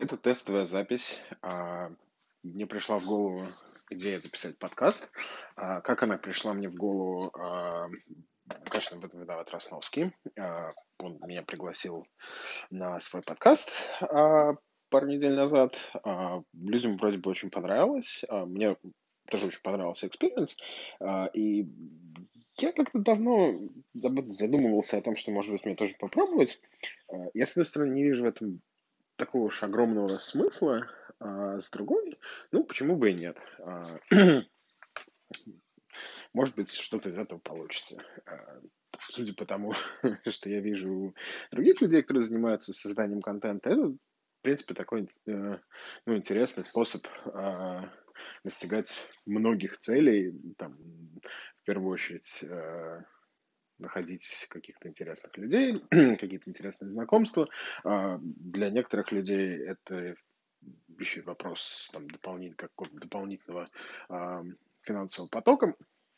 Это тестовая запись. Мне пришла в голову идея записать подкаст. Как она пришла мне в голову? Конечно, в этом виноват Росновский. Он меня пригласил на свой подкаст пару недель назад. Людям вроде бы очень понравилось. Мне тоже очень понравился экспириенс. И я как-то давно задумывался о том, что, может быть, мне тоже попробовать. Я, с одной стороны, не вижу в этом такого уж огромного смысла, с другой, ну, почему бы и нет. Может быть, что-то из этого получится. Судя по тому, что я вижу у других людей, которые занимаются созданием контента, это, в принципе, такой, ну, интересный способ достигать многих целей, там, в первую очередь, находить каких-то интересных людей, какие-то интересные знакомства. Для некоторых людей это еще и вопрос там, какого-то дополнительного а, финансового потока,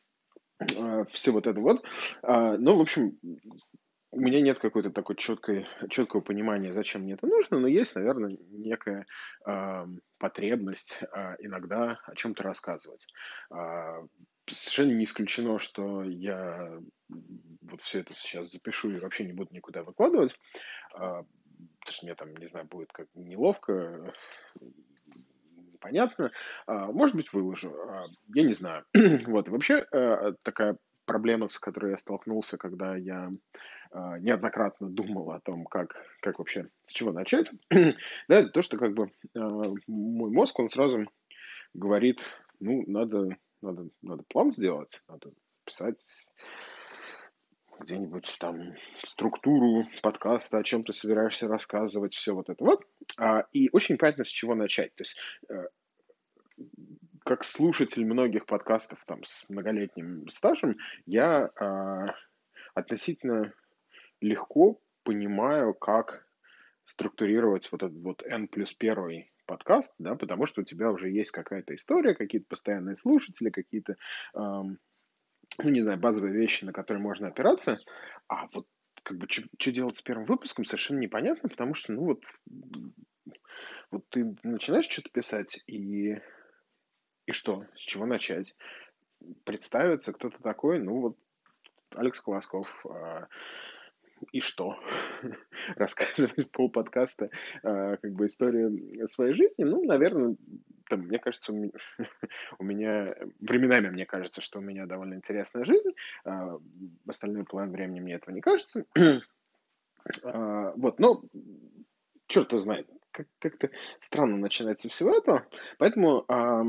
все вот это вот. Ну, в общем, у меня нет какой-то такой четкого понимания, зачем мне это нужно, но есть, наверное, некая потребность иногда о чем-то рассказывать. А, Совершенно не исключено, что я вот все это сейчас запишу и вообще не буду никуда выкладывать, потому что мне там, не знаю, будет как неловко, непонятно. Может быть, выложу. Я не знаю. Вот. И вообще, такая проблема, с которой я столкнулся, когда я неоднократно думал о том, как вообще, с чего начать, да, это то, что как бы мой мозг, он сразу говорит, ну, надо план сделать, надо писать где-нибудь там структуру подкаста, о чем ты собираешься рассказывать, все вот это вот. И очень понятно, с чего начать. То есть э, как слушатель многих подкастов там с многолетним стажем, я относительно легко понимаю, как структурировать вот этот вот N плюс первый подкаст, да, потому что у тебя уже есть какая-то история, какие-то постоянные слушатели, какие-то, ну, не знаю, базовые вещи, на которые можно опираться, а вот как бы что делать с первым выпуском, совершенно непонятно, потому что, ну, вот ты начинаешь что-то писать, и что, с чего начать? Представиться, кто ты такой, ну, вот Алекс Колосков, и что? Рассказывать полподкаста, как бы историю своей жизни, ну, наверное, там, мне кажется, у меня временами мне кажется, что у меня довольно интересная жизнь, в остальной половине времени мне этого не кажется. Вот, но черт его знает, как-то странно начинается всего этого, поэтому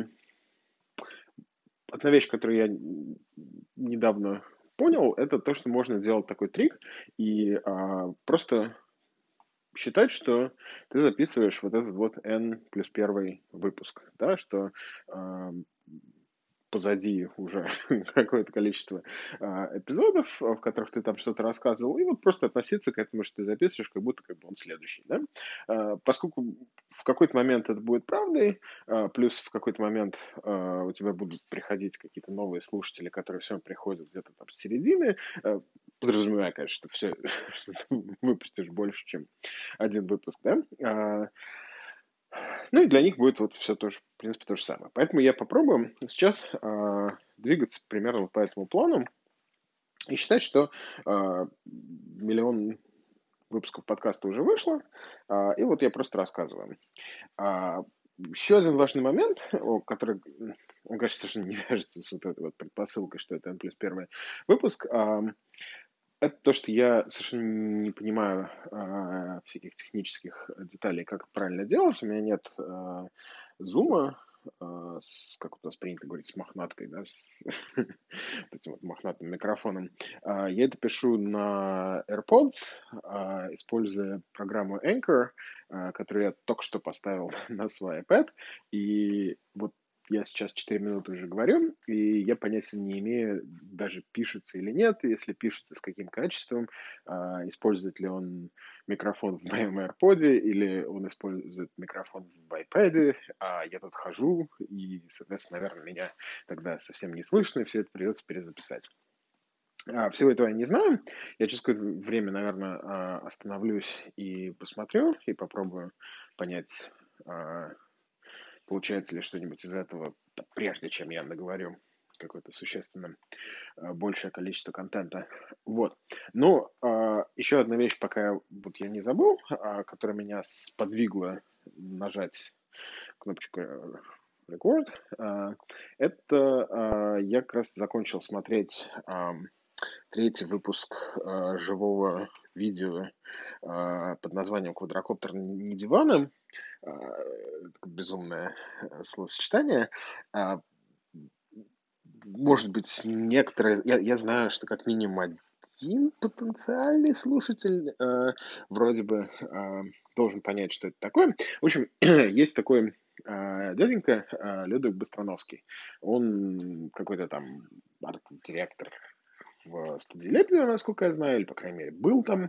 одна вещь, которую я недавно понял, это то, что можно делать такой трик и просто считать, что ты записываешь вот этот вот N плюс первый выпуск, да, что а, позади уже какое-то количество эпизодов, в которых ты там что-то рассказывал, и вот просто относиться к этому, что ты записываешь, как будто как бы он следующий, да. Поскольку в какой-то момент это будет правдой, плюс в какой-то момент у тебя будут приходить какие-то новые слушатели, которые все равно приходят где-то там с середины, подразумевая, конечно, что все, что ты выпустишь больше, чем один выпуск, да. Ну и для них будет вот все тоже, в принципе, то же самое. Поэтому я попробую сейчас двигаться примерно по этому плану и считать, что миллион выпусков подкаста уже вышло, и вот я просто рассказываю. А, Еще один важный момент, который, он, конечно, совершенно не вяжется с вот этой вот предпосылкой, что это N плюс первый выпуск, это то, что я совершенно не понимаю всяких технических деталей, как это правильно делать. У меня нет зума, как у нас принято говорить, с мохнаткой, да, вот этим вот мохнатым микрофоном. Я это пишу на AirPods, используя программу Anchor, которую я только что поставил на свой iPad. И вот я сейчас 4 минуты уже говорю, и я понятия не имею, даже пишется или нет, если пишется, с каким качеством, использует ли он микрофон в моем AirPod, или он использует микрофон в iPad, а я тут хожу, и, соответственно, наверное, меня тогда совсем не слышно, и все это придется перезаписать. Всего этого я не знаю. Я через какое-то время, наверное, остановлюсь и посмотрю, и попробую понять, Получается ли что-нибудь из этого, прежде чем я наговорю какое-то существенно большее количество контента. Вот. Но еще одна вещь, пока вот я не забыл, которая меня сподвигла нажать кнопочку record, это я как раз закончил смотреть третий выпуск живого видео под названием «Квадрокоптер не дивана». Безумное словосочетание. Может быть, некоторые... Я знаю, что как минимум один потенциальный слушатель вроде бы должен понять, что это такое. В общем, есть такой дяденька Людвиг Быстроновский. Он какой-то там арт-директор в студии Лебедева, насколько я знаю, или, по крайней мере, был там.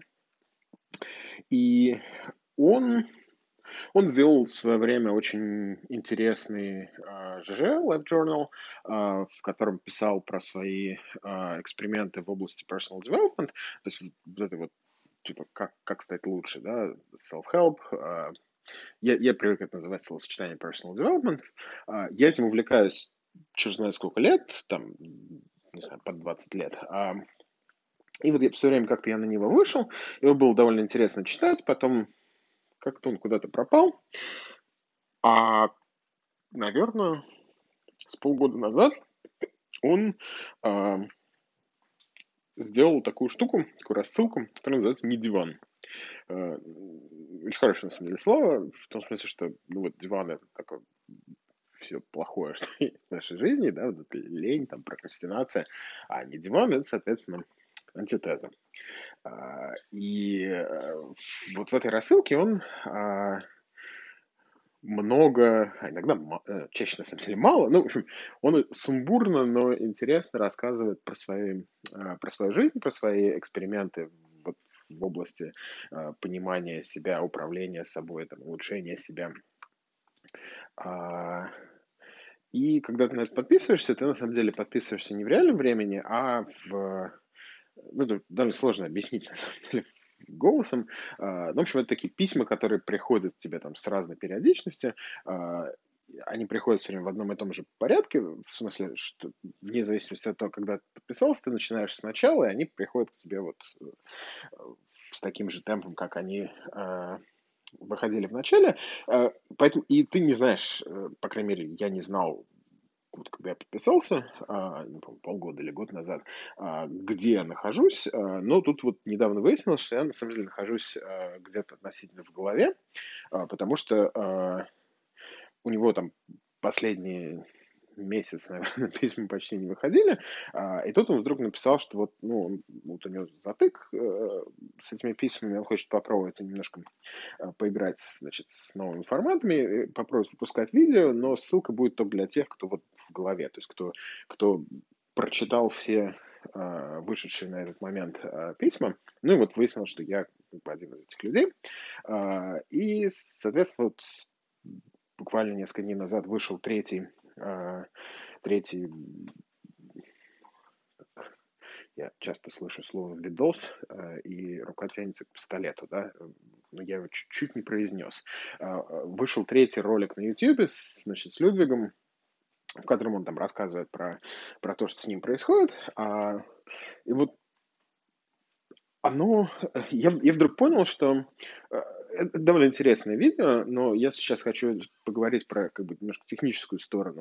И он вел в свое время очень интересный ЖЖ, Life Journal, в котором писал про свои эксперименты в области personal development, то есть вот это вот, типа, как стать лучше, да, self-help. Я привык это называть словосочетание personal development. Я этим увлекаюсь черт знает сколько лет, там, не знаю, под 20 лет. И вот все время как-то я на него вышел, его было довольно интересно читать, потом как-то он куда-то пропал. Наверное, с полгода назад он сделал такую штуку, такую рассылку, которая называется «Не диван». Очень хорошее, на самом деле, слово, в том смысле, что ну, вот диван — это такое все плохое, что есть в нашей жизни, да, вот это лень, там, прокрастинация, а не диван — это, соответственно, антитеза. И вот в этой рассылке он много, иногда чаще на самом деле мало, ну, в общем, он сумбурно, но интересно рассказывает про свою жизнь, про свои эксперименты вот в области понимания себя, управления собой, там, улучшения себя. И когда ты на это подписываешься, ты на самом деле подписываешься не в реальном времени, а ну, это довольно сложно объяснить, на самом деле, голосом. Ну, в общем, это такие письма, которые приходят к тебе там с разной периодичностью. Они приходят все время в одном и том же порядке, в смысле, что вне зависимости от того, когда ты подписался, ты начинаешь сначала, и они приходят к тебе вот с таким же темпом, как они выходили в начале. Поэтому и ты не знаешь, по крайней мере, я не знал, вот когда я подписался, не помню, полгода или год назад, где я нахожусь, но тут вот недавно выяснилось, что я на самом деле нахожусь где-то относительно в голове, потому что у него там последние месяц, наверное, письма почти не выходили, и тут он вдруг написал, что вот, ну, вот у него затык с этими письмами, он хочет попробовать немножко поиграть, значит, с новыми форматами, попробовать выпускать видео, но ссылка будет только для тех, кто вот в голове, то есть кто прочитал все вышедшие на этот момент письма. Ну и вот выяснилось, что я как бы один из этих людей. И, соответственно, вот буквально несколько дней назад вышел третий, я часто слышу слово «видос», и рука тянется к пистолету, да, но я его чуть-чуть не произнес. Вышел третий ролик на YouTube значит, с Людвигом, в котором он там рассказывает про то, что с ним происходит. И вот я вдруг понял, что это довольно интересное видео, но я сейчас хочу поговорить про как бы немножко техническую сторону.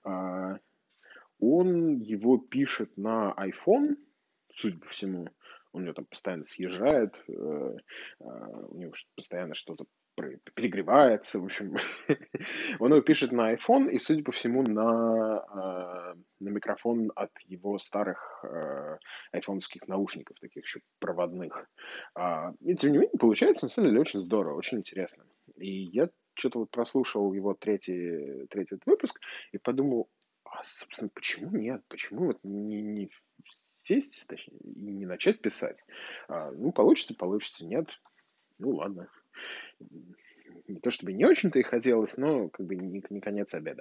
Он его пишет на iPhone, судя по всему. Он у него там постоянно съезжает, у него постоянно что-то перегревается, в общем. Он его пишет на iPhone и, судя по всему, на микрофон от его старых айфоновских наушников, таких еще проводных. И, тем не менее, получается, на самом деле, очень здорово, очень интересно. И я что-то вот прослушал его третий этот выпуск и подумал, собственно, почему нет? Почему вот не сесть, точнее, и не начать писать? Ну, получится, нет. Ну, ладно. Не то чтобы не очень-то и хотелось, но как бы не конец обеда.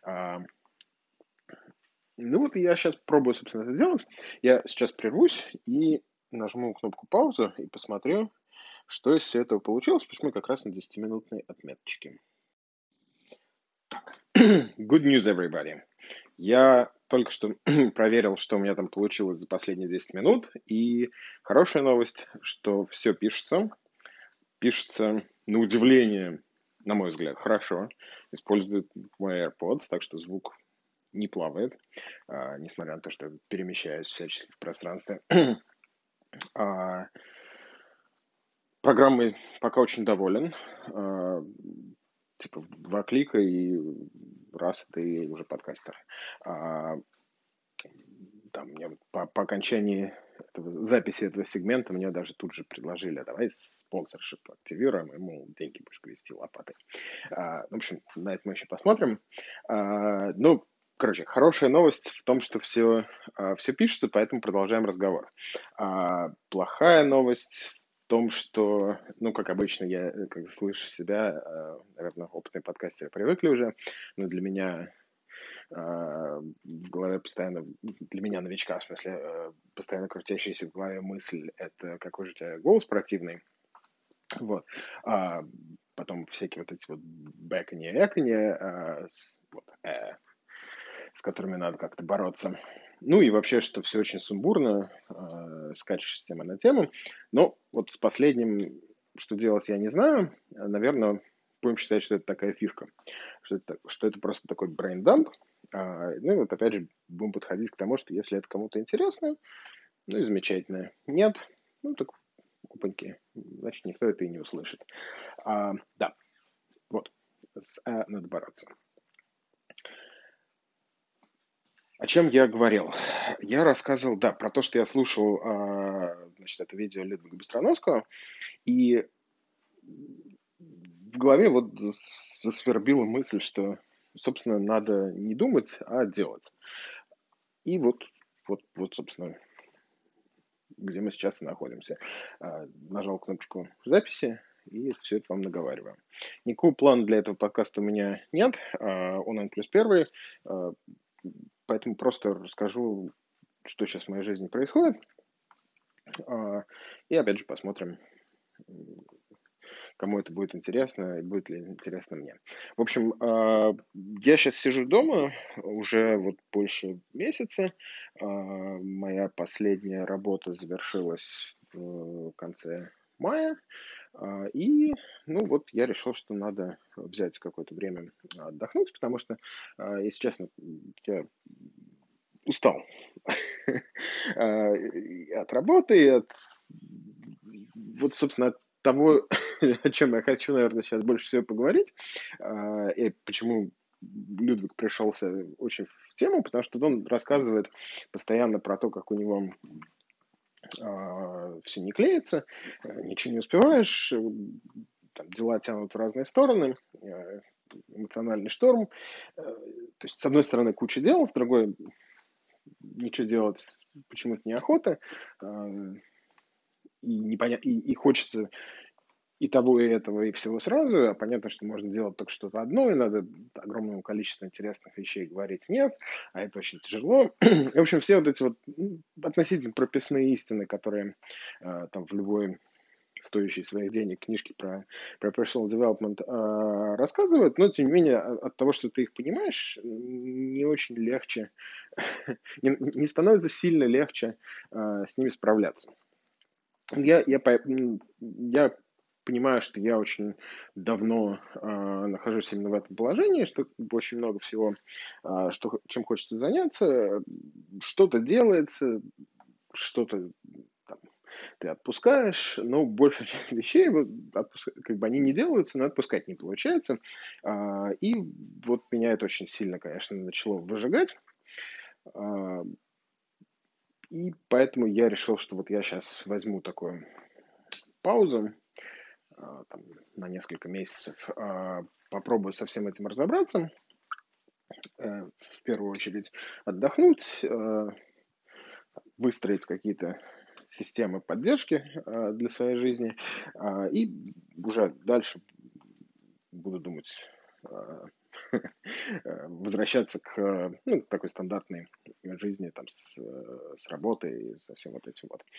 Ну вот я сейчас пробую, собственно, это делать. Я сейчас прервусь и нажму кнопку пауза и посмотрю, что из всего этого получилось, потому что мы как раз на 10-минутной отметочке. Good news, everybody. Я только что проверил, что у меня там получилось за последние 10 минут, и хорошая новость, что все пишется. Пишется, на удивление, на мой взгляд, хорошо. Использует мой AirPods, так что звук не плавает, несмотря на то, что я перемещаюсь всячески в пространстве. Программой пока очень доволен. Типа 2 клика и раз, ты уже подкастер. Там мне по окончании записи этого сегмента мне даже тут же предложили, давай спонсоршип активируем, и, мол, деньги будешь грести лопатой. В общем, на это мы еще посмотрим. Ну, короче, хорошая новость в том, что все пишется, поэтому продолжаем разговор. Плохая новость в том, что, ну, как обычно, я как слышу себя, наверное, опытные подкастеры привыкли уже, но для меня в голове постоянно, для меня новичка, в смысле, постоянно крутящаяся в голове мысль, это какой же у тебя голос противный. Вот. Потом всякие вот эти вот бэканье, эканье, с которыми надо как-то бороться. Ну и вообще, что все очень сумбурно, скачешь с темы на тему. Но вот с последним, что делать, я не знаю. Наверное, будем считать, что это такая фишка. Что это просто такой брейндамп. Ну и вот опять же будем подходить к тому, что если это кому-то интересно, ну и замечательно. Нет, ну так опаньки, значит никто это и не услышит. Да, вот, надо бороться. О чем я говорил? Я рассказывал, да, про то, что я слушал, значит, это видео Людвига Быстроновского, и в голове вот засвербила мысль, что, собственно, надо не думать, а делать. И вот, собственно, где мы сейчас и находимся. Нажал кнопочку записи, и все это вам наговариваю. Никакого плана для этого подкаста у меня нет. Он N+1. Поэтому просто расскажу, что сейчас в моей жизни происходит. И опять же посмотрим, кому это будет интересно и будет ли интересно мне. В общем, я сейчас сижу дома уже вот больше месяца. Моя последняя работа завершилась в конце мая. И, ну вот, я решил, что надо взять какое-то время отдохнуть, потому что, если честно, я устал от работы, вот, собственно, от того, о чем я хочу, наверное, сейчас больше всего поговорить, и почему Людвиг пришелся очень в тему, потому что он рассказывает постоянно про то, как у него все не клеится, ничего не успеваешь, там, дела тянут в разные стороны, эмоциональный шторм. То есть, с одной стороны, куча дел, с другой ничего делать почему-то неохота, и хочется и того, и этого, и всего сразу. А понятно, что можно делать только что-то одно, и надо огромному количеству интересных вещей говорить нет, а это очень тяжело. В общем, все вот эти вот относительно прописные истины, которые там в любой стоящей своих денег книжки про personal development рассказывают, но тем не менее от того, что ты их понимаешь, не очень легче, не становится сильно легче с ними справляться. Я понимаю, что я очень давно нахожусь именно в этом положении, что очень много всего, чем хочется заняться, что-то делается, что-то там, ты отпускаешь, но большая часть вещей, как бы они не делаются, но отпускать не получается. И вот меня это очень сильно, конечно, начало выжигать. И поэтому я решил, что вот я сейчас возьму такую паузу там, на несколько месяцев, попробую со всем этим разобраться. В первую очередь отдохнуть, выстроить какие-то системы поддержки для своей жизни, и уже дальше буду думать возвращаться к такой стандартной жизни там, с работой и со всем вот этим вот.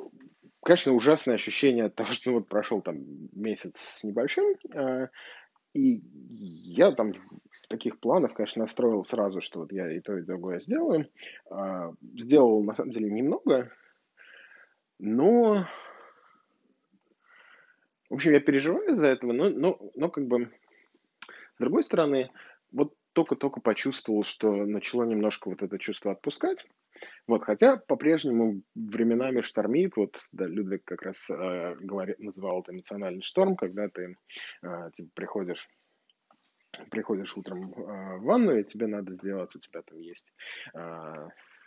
Конечно, ужасное ощущение от того, что вот прошел там месяц с небольшим, И я там таких планов, конечно, настроил сразу, что вот я и то, и другое сделаю. Сделал, на самом деле, немного, но, в общем, я переживаю из-за этого, но как бы, с другой стороны, вот только-только почувствовал, что начало немножко вот это чувство отпускать. Вот, хотя по-прежнему временами штормит. Вот, да, Людвиг как раз называл это эмоциональный шторм, когда ты типа, приходишь утром в ванную, и тебе надо сделать, у тебя там есть э,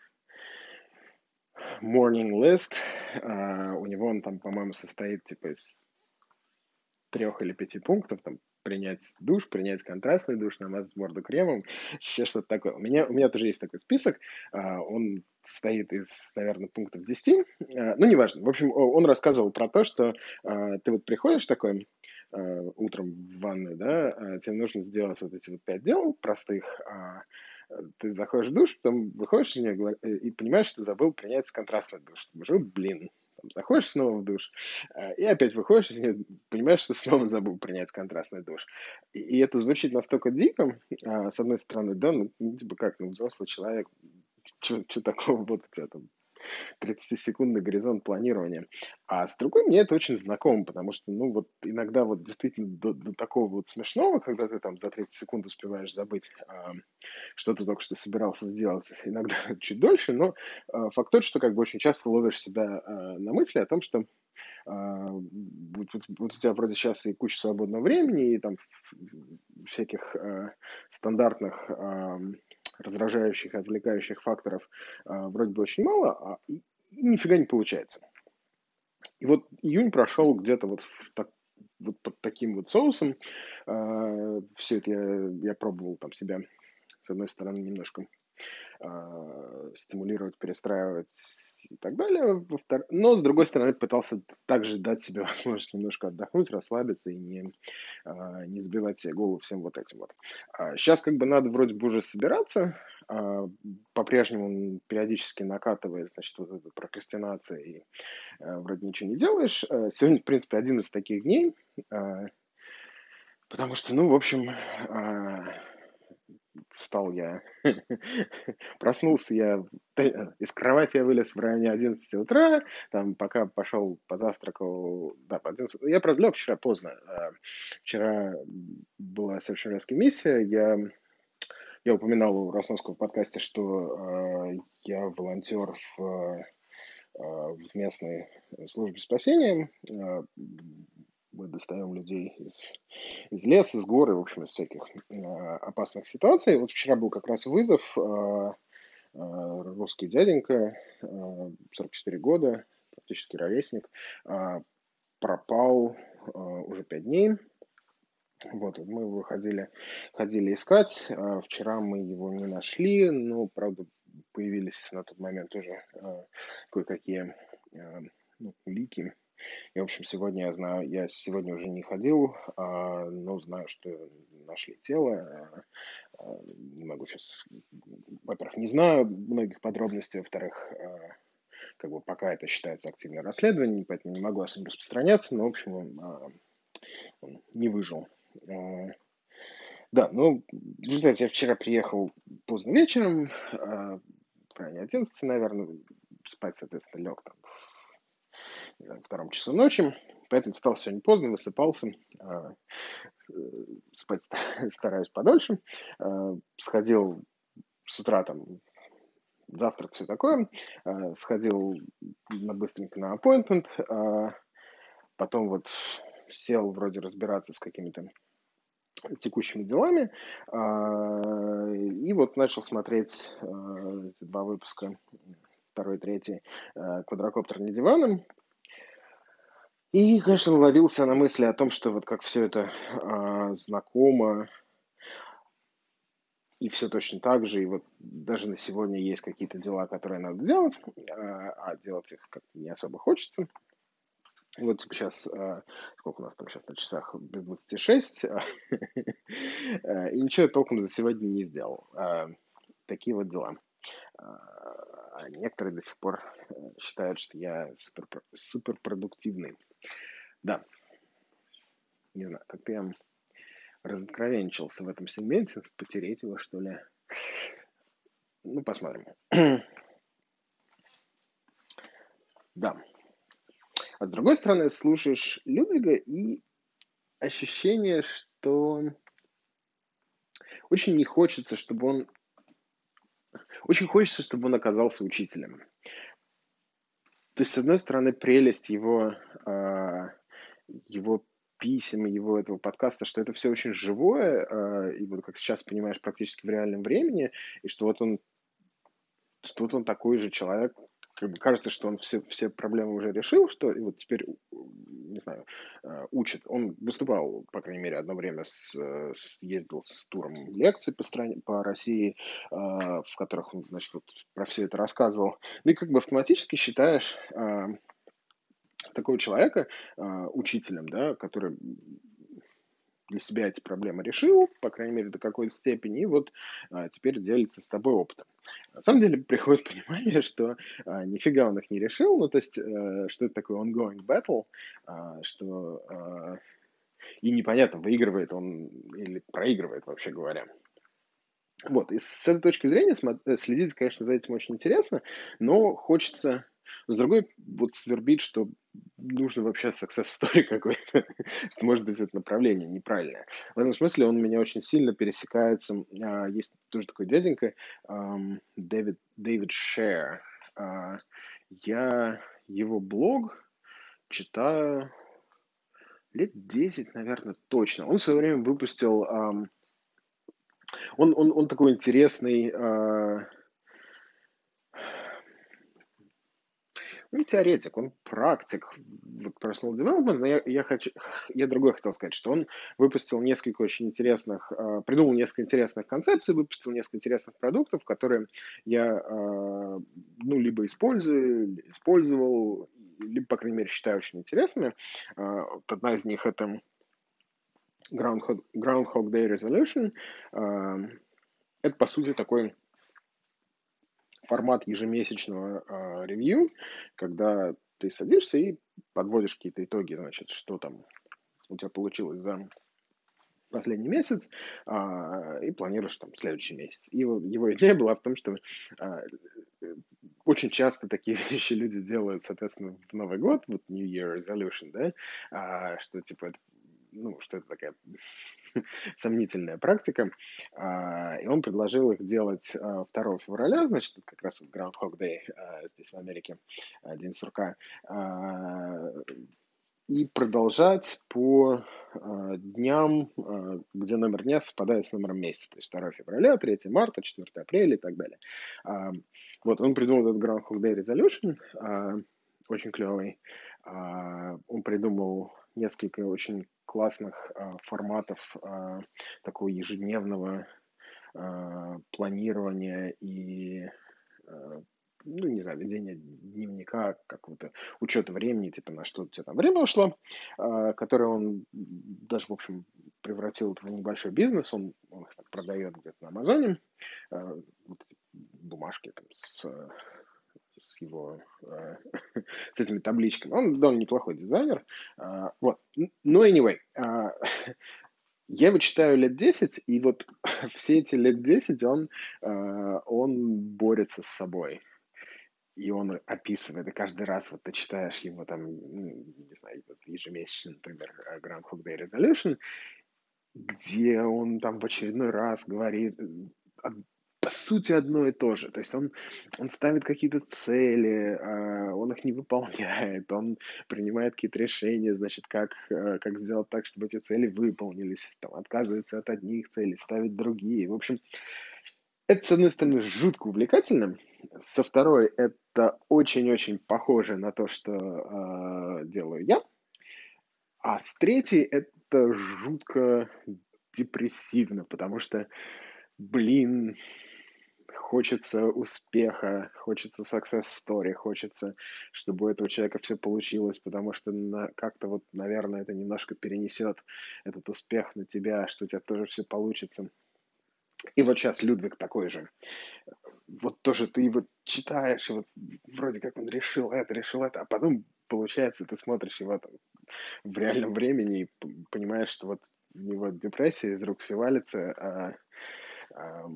morning list, у него он там, по-моему, состоит типа из 3 или 5 пунктов, там, принять душ, принять контрастный душ, намазать морду кремом, еще что-то такое. У меня тоже есть такой список, он состоит из, наверное, пунктов 10, ну, неважно. В общем, он рассказывал про то, что ты вот приходишь такой утром в ванную, да, тебе нужно сделать вот эти вот 5 дел простых, ты заходишь в душ, потом выходишь из нее и понимаешь, что забыл принять контрастный душ. Думаешь, блин, там, заходишь снова в душ, и опять выходишь из нее, понимаешь, что снова забыл принять контрастный душ. И это звучит настолько дико, с одной стороны, да, ну, типа как, ну, взрослый человек, что такого, вот у тебя там 30-секундный горизонт планирования. А с другой, мне это очень знакомо, потому что, ну, вот иногда вот действительно до такого вот смешного, когда ты там за 30 секунд успеваешь забыть, что ты только что собирался сделать, иногда чуть дольше, но факт тот, что как бы очень часто ловишь себя на мысли о том, что вот у тебя вроде сейчас и куча свободного времени, и там всяких стандартных раздражающих, отвлекающих факторов вроде бы очень мало, и нифига не получается. И вот июнь прошел где-то вот под таким вот соусом. Все это я пробовал там себя, с одной стороны, немножко стимулировать, перестраивать и так далее. Но, с другой стороны, пытался также дать себе возможность немножко отдохнуть, расслабиться и не забивать себе голову всем вот этим вот. Сейчас как бы надо вроде бы уже собираться. По-прежнему периодически накатывает, значит, вот эта прокрастинация, и вроде ничего не делаешь. Сегодня, в принципе, один из таких дней, потому что, ну, в общем, встал я, проснулся я, из кровати я вылез в районе 11 утра, там пока пошел позавтракал, да, по 11, я, правда, лег вчера поздно, вчера была совершеннолетская миссия, я упоминал у Росновского в подкасте, что я волонтер в местной службе спасения, мы достаем людей из леса, из горы, в общем, из всяких опасных ситуаций. Вот вчера был как раз вызов, русский дяденька, 44 года, практически ровесник, пропал уже 5 дней. Вот, мы его ходили искать. Вчера мы его не нашли, но, правда, появились на тот момент уже кое-какие ну, улики. И, в общем, сегодня я сегодня уже не ходил, но знаю, что нашли тело. Не могу сейчас, во-первых, не знаю многих подробностей, во-вторых, как бы пока это считается активным расследованием, поэтому не могу особо распространяться, но, в общем, он не выжил. Да, ну, в результате я вчера приехал поздно вечером, в районе 11, наверное, спать, соответственно, лег там не знаю, 2 часу ночи, поэтому встал сегодня поздно, высыпался, спать стараюсь подольше, сходил с утра там завтрак, все такое, сходил быстренько на appointment, потом вот сел вроде разбираться с какими-то текущими делами, и вот начал смотреть эти 2 выпуска, второй и третий, «Квадрокоптер не диваном». И, конечно, ловился на мысли о том, что вот как все это знакомо, и все точно так же, и вот даже на сегодня есть какие-то дела, которые надо делать, а делать их как-то не особо хочется. И вот типа сейчас, сколько у нас там сейчас на часах, без 26, и ничего я толком за сегодня не сделал. Такие вот дела. А некоторые до сих пор считают, что я суперпродуктивный. Да, не знаю, как-то я разоткровенничался в этом сегменте. Потереть его, что ли. Ну, посмотрим. Да. А с другой стороны, слушаешь Людвига, и ощущение, что очень не хочется, чтобы он... Очень хочется, чтобы он оказался учителем. То есть, с одной стороны, прелесть его писем, его этого подкаста, что это все очень живое, и вот как сейчас понимаешь, практически в реальном времени, и что вот он такой же человек, как бы кажется, что он все проблемы уже решил, что и вот теперь, не знаю, учит. Он выступал, по крайней мере, одно время ездил с туром лекций по стране, по России, в которых он, значит, вот про все это рассказывал. Ну и как бы автоматически считаешь такого человека учителем, да, который для себя эти проблемы решил, по крайней мере, до какой-то степени, и вот теперь делится с тобой опытом. На самом деле приходит понимание, что нифига он их не решил, ну, то есть, что это такое ongoing battle, и непонятно, выигрывает он или проигрывает, вообще говоря. Вот, и с этой точки зрения следить, конечно, за этим очень интересно, но хочется, с другой, вот свербит, что нужно вообще success story какой-то, что, может быть, это направление неправильное. В этом смысле он у меня очень сильно пересекается. Есть тоже такой дяденька, Дэвид Шер. Я его блог читаю лет 10, наверное, точно. Он в свое время выпустил... Он такой интересный... Ну, теоретик, он практик вот personal development, но я другое хотел сказать, что он выпустил несколько очень интересных, придумал несколько интересных концепций, выпустил несколько интересных продуктов, которые я, ну, либо использовал, либо, по крайней мере, считаю очень интересными. Вот одна из них — это Groundhog Day Resolution. Это, по сути, такой формат ежемесячного ревью, когда ты садишься и подводишь какие-то итоги, значит, что там у тебя получилось за последний месяц, и планируешь там следующий месяц. И его идея была в том, что очень часто такие вещи люди делают, соответственно, в Новый год, вот New Year Resolution, да, что типа, ну, что это такая сомнительная практика. И он предложил их делать 2 февраля, значит, как раз вот Groundhog Day здесь в Америке, День сурка, и продолжать по дням, где номер дня совпадает с номером месяца. То есть 2 февраля, 3 марта, 4 апреля и так далее. Вот он придумал этот Groundhog Day Resolution, очень клевый. Он придумал несколько очень классных форматов такого ежедневного планирования и, ну, не знаю, ведения дневника, какого-то учета времени, типа на что у тебя там время ушло, которое он даже, в общем, превратил это в небольшой бизнес, он их так продает где-то на Амазоне, вот эти бумажки там с его с этими табличками. Он довольно неплохой дизайнер. Вот. Но anyway, я его читаю лет 10, и вот все эти лет 10 он борется с собой. И он описывает, и каждый раз вот ты читаешь его там, ну, не знаю, вот ежемесячный, например, Groundhog Day Resolution, где он там в очередной раз говорит по сути одно и то же. То есть он ставит какие-то цели, он их не выполняет, он принимает какие-то решения, значит, как сделать так, чтобы эти цели выполнились, там, отказывается от одних целей, ставит другие. В общем, это, с одной стороны, жутко увлекательно, со второй, это очень-очень похоже на то, что делаю я, а с третьей, это жутко депрессивно, потому что, блин, хочется успеха, хочется success story, хочется, чтобы у этого человека все получилось, потому что как-то вот, наверное, это немножко перенесет этот успех на тебя, что у тебя тоже все получится. И вот сейчас Людвиг такой же. Вот тоже ты его читаешь, и вот вроде как он решил это, а потом, получается, ты смотришь его там в реальном времени и понимаешь, что вот него депрессия, из рук все валится, а,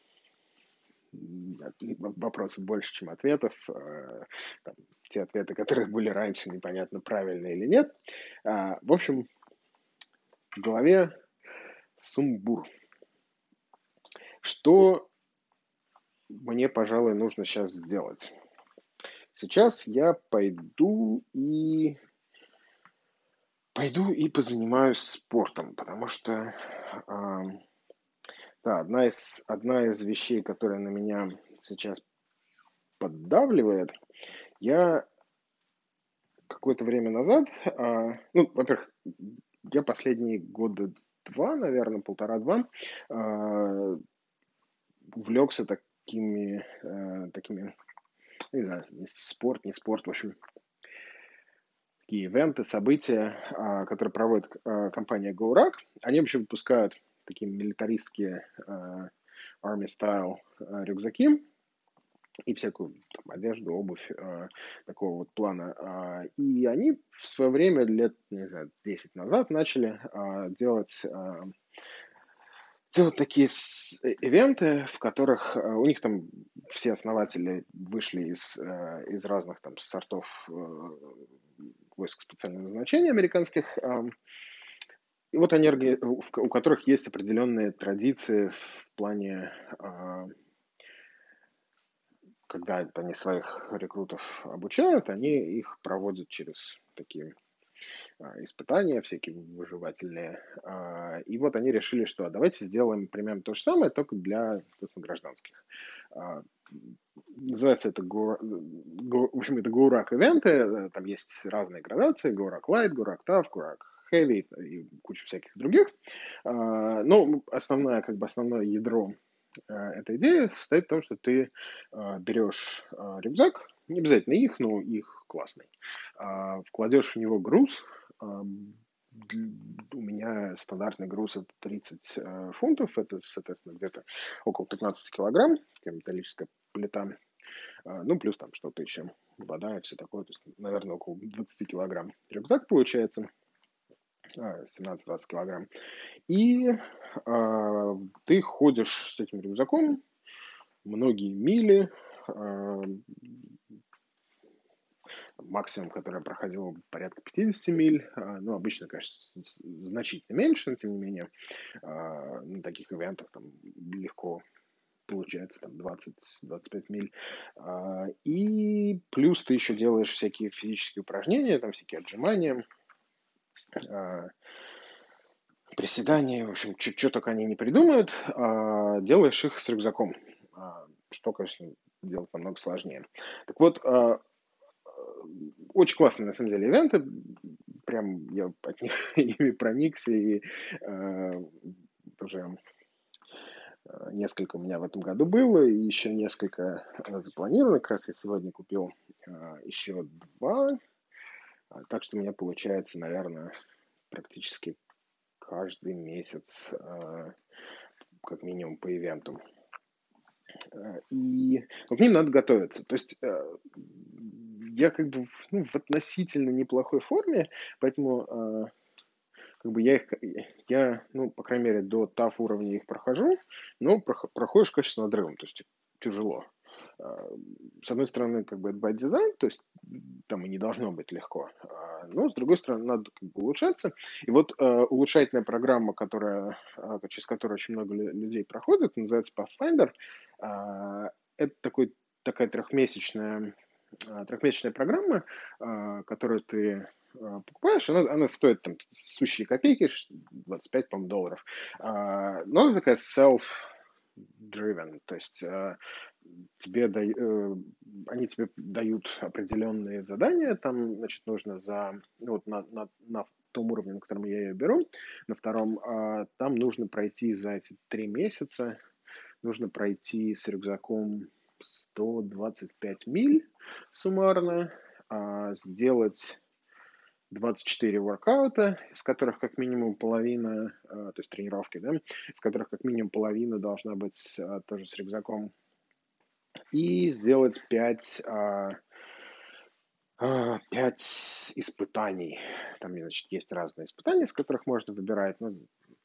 вопросов больше, чем ответов. Там, те ответы, которые были раньше, непонятно, правильные или нет. В общем, в голове сумбур. Что мне, пожалуй, нужно сейчас сделать? Сейчас я пойду и позанимаюсь спортом, потому что да, одна из вещей, которая на меня сейчас поддавливает, я какое-то время назад, ну, во-первых, я последние года два, наверное, полтора-два, увлекся такими, не знаю, спорт, не спорт, в общем, такие ивенты, события, которые проводит компания GoRuck. Они вообще выпускают такие милитаристские Army Style рюкзаки и всякую там, одежду, обувь такого вот плана. И они в свое время, лет, не знаю, 10 назад начали делать такие ивенты, в которых у них там все основатели вышли из разных там сортов войск специального назначения американских. И вот они, у которых есть определенные традиции в плане, когда они своих рекрутов обучают, они их проводят через такие испытания всякие выживательные. И вот они решили, что давайте сделаем примерно то же самое, только для, собственно, гражданских. Называется это в общем, это GoRuck ивенты, там есть разные градации, GoRuck Light, GoRuck Tough, GoRuck Heavy и куча всяких других. Но основное ядро этой идеи состоит в том, что ты берешь рюкзак, не обязательно их, но их классный, вкладешь в него груз. У меня стандартный груз это 30 фунтов, это, соответственно, где-то около 15 килограмм, такая металлическая плита, ну, плюс там что-то еще, вода и все такое, то есть, наверное, около 20 килограмм рюкзак получается, 17-20 килограмм, и ты ходишь с этим рюкзаком многие мили, максимум, который я проходил, порядка 50 миль. Ну, обычно, конечно, значительно меньше, но тем не менее, на таких ивентах там легко получается там 20-25 миль. И плюс ты еще делаешь всякие физические упражнения, там всякие отжимания, приседания, в общем, что только они не придумают, делаешь их с рюкзаком, что, конечно, делать намного сложнее. Так вот, очень классные, на самом деле, ивенты. Прям я от них ими проникся, и уже несколько у меня в этом году было, и еще несколько запланировано. Как раз я сегодня купил еще два. Так что у меня получается, наверное, практически каждый месяц как минимум по ивенту. И к ним надо готовиться. То есть я как бы в относительно неплохой форме, поэтому как бы я, ну, по крайней мере, до TAF уровня их прохожу, но проходишь, конечно, с надрывом, то есть тяжело. С одной стороны, как бы это by design, то есть там и не должно быть легко, но с другой стороны, надо как бы улучшаться. И вот улучшательная программа, через которую очень много людей проходит, называется Pathfinder. Это такая трехмесячная программа, которую ты покупаешь, она стоит там сущие копейки, 25, по-моему, долларов. Но она такая self-driven, то есть они тебе дают определенные задания, там, значит, нужно вот на том уровне, на котором я ее беру, на втором, там нужно пройти за эти 3 месяца, нужно пройти с рюкзаком 125 миль суммарно, сделать 24 воркаута, из которых как минимум половина, то есть тренировки, да, из которых как минимум половина должна быть тоже с рюкзаком, и сделать 5 испытаний. Там, значит, есть разные испытания, из которых можно выбирать. Ну,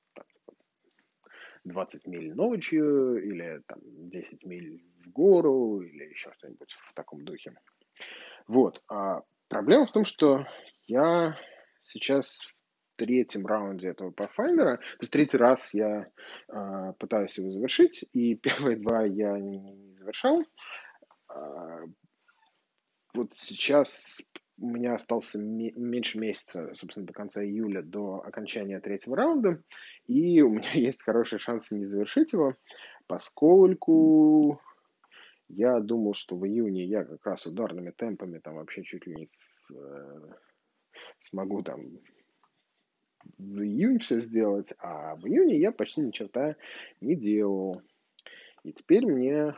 20 миль ночью, или там 10 миль в гору, или еще что-нибудь в таком духе. Вот. А проблема в том, что я сейчас в третьем раунде этого Pathfinder, то есть третий раз я пытаюсь его завершить, и первые два я не завершал. А, вот сейчас у меня остался меньше месяца, собственно, до конца июля, до окончания третьего раунда, и у меня есть хорошие шансы не завершить его, поскольку я думал, что в июне я как раз ударными темпами там вообще чуть ли не смогу там за июнь все сделать, а в июне я почти ни черта не делал. И теперь мне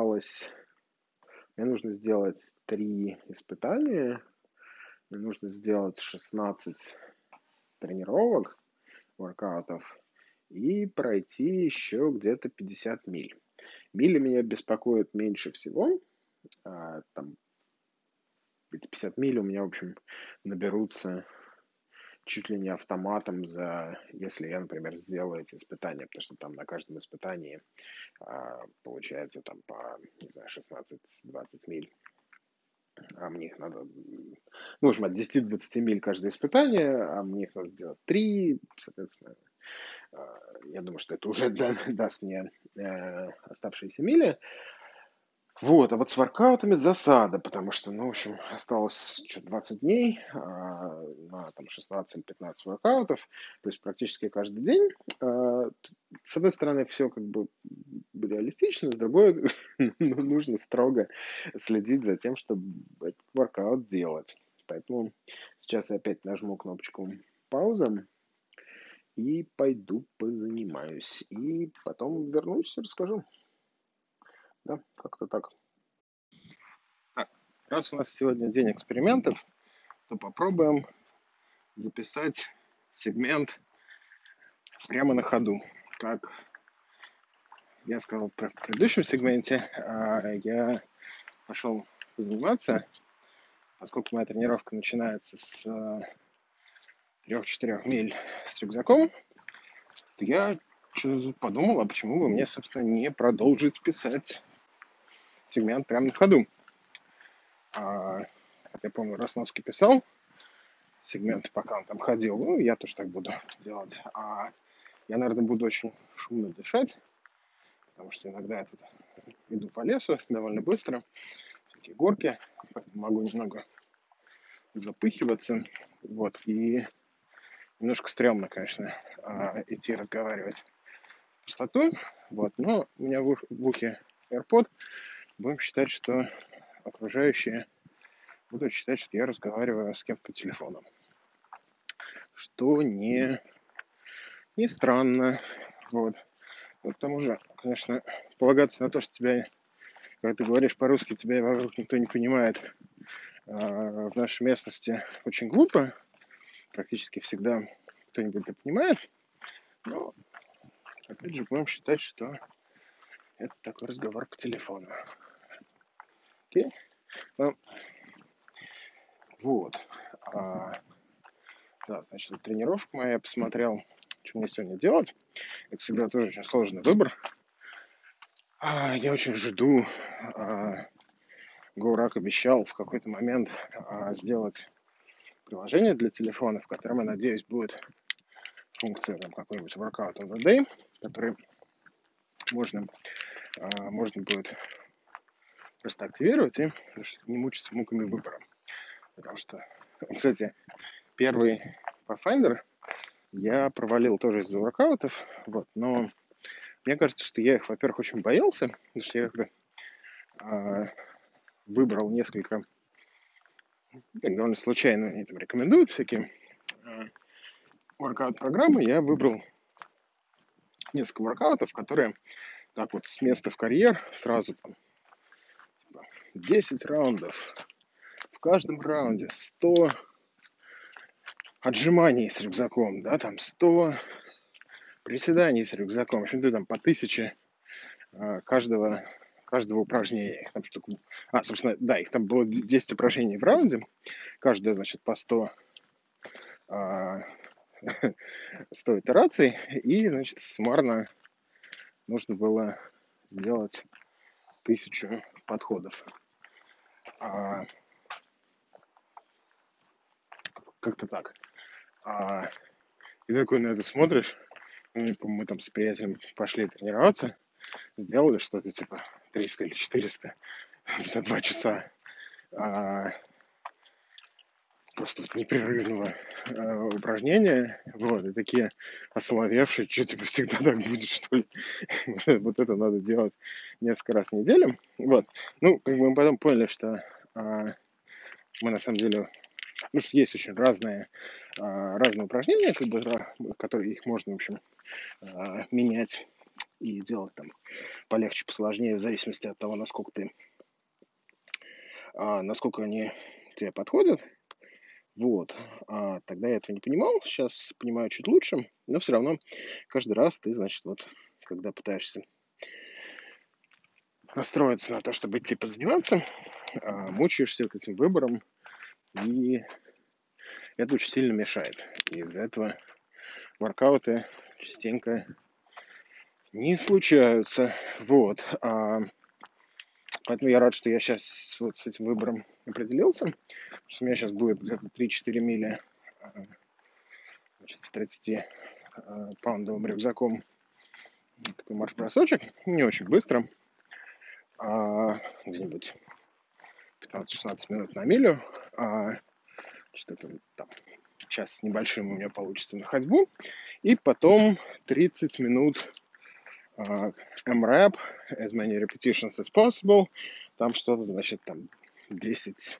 нужно сделать 3 испытания, мне нужно сделать 16 тренировок, воркаутов, и пройти еще где-то 50 миль. Мили меня беспокоят меньше всего. Там эти 50 миль у меня, в общем, наберутся чуть ли не автоматом, если я, например, сделаю эти испытания, потому что там на каждом испытании получается там по, не знаю, 16-20 миль. А мне их надо, в общем, от 10 до 20 миль каждое испытание, а мне их надо сделать 3, соответственно, я думаю, что это уже даст мне оставшиеся мили. Вот, а вот с воркаутами засада, потому что, в общем, осталось 20 дней на там 16-15 воркаутов, то есть практически каждый день. С одной стороны, все как бы реалистично, с другой, нужно строго следить за тем, чтобы этот воркаут делать. Поэтому сейчас я опять нажму кнопочку пауза и пойду позанимаюсь. И потом вернусь и расскажу. Да, как-то так. Так, раз у нас сегодня день экспериментов, то попробуем записать сегмент прямо на ходу. Как я сказал в предыдущем сегменте, я пошел позаниматься, поскольку моя тренировка начинается с 3-4 миль с рюкзаком, то я подумал, а почему бы мне, собственно, не продолжить писать сегмент прямо на ходу. Как я помню, Росновский писал сегмент, пока он там ходил. Я тоже так буду делать. Я, наверное, буду очень шумно дышать, потому что иногда я тут иду по лесу довольно быстро, всякие горки, могу немного запыхиваться, вот, и немножко стрёмно, конечно, идти разговаривать в пустоту, вот, но у меня в ухе AirPod, будем считать, что окружающие будут считать, что я разговариваю с кем-то по телефону, что не странно, вот. К тому же, конечно, полагаться на то, что тебя, когда ты говоришь по-русски, тебя вокруг никто не понимает, в нашей местности очень глупо. Практически всегда кто-нибудь это понимает. Но, опять же, будем считать, что это такой разговор по телефону. Окей? Вот. Да, значит, тренировка моя, я посмотрел, что мне сегодня делать. Это всегда тоже очень сложный выбор. Я очень жду. Гоурак обещал в какой-то момент сделать приложение для телефона, в котором, я надеюсь, будет функция там, какой-нибудь workout of the day, который можно будет просто активировать и не мучиться муками выбора. Потому что, кстати, первый Pathfinder я провалил тоже из-за воркаутов, вот, но мне кажется, что я их, во-первых, очень боялся, потому что я выбрал несколько, довольно случайно они там рекомендуют всякие воркаут-программы, я выбрал несколько воркаутов, которые так вот с места в карьер сразу там 10 раундов, в каждом раунде 100 отжиманий с рюкзаком, да, там 100 приседаний с рюкзаком, в общем, ты там по 1000 каждого упражнения. Их там собственно, да, их там было 10 упражнений в раунде, каждое, значит, по 100 100 итераций, и, значит, суммарно нужно было сделать 1000 подходов. Как-то так. И ты такой на это смотришь, мы там с приятелем пошли тренироваться, сделали что-то типа 300 или 400 за 2 часа. Просто вот непрерывного упражнения, вот, и такие осоловевшие, что типа всегда так будет, что ли? Вот это надо делать несколько раз в неделю, вот. Ну, как бы мы потом поняли, что мы на самом деле, ну, что есть очень разные упражнения, как бы, которые их можно, в общем, менять и делать там полегче, посложнее, в зависимости от того, насколько они тебе подходят. Вот. Тогда я этого не понимал, сейчас понимаю чуть лучше, но все равно каждый раз ты, значит, вот, когда пытаешься настроиться на то, чтобы идти позаниматься, мучаешься вот этим выбором, и это очень сильно мешает. И из-за этого воркауты частенько не случаются. Вот. Поэтому я рад, что я сейчас вот с этим выбором определился. Что у меня сейчас будет где-то 3-4 мили 30-паундовым рюкзаком. Такой марш-бросочек. Не очень быстро. Где-нибудь 15-16 минут на милю. Что-то там час с небольшим у меня получится на ходьбу. И потом 30 минут MRAP, as many repetitions as possible. Там что-то, значит, там 10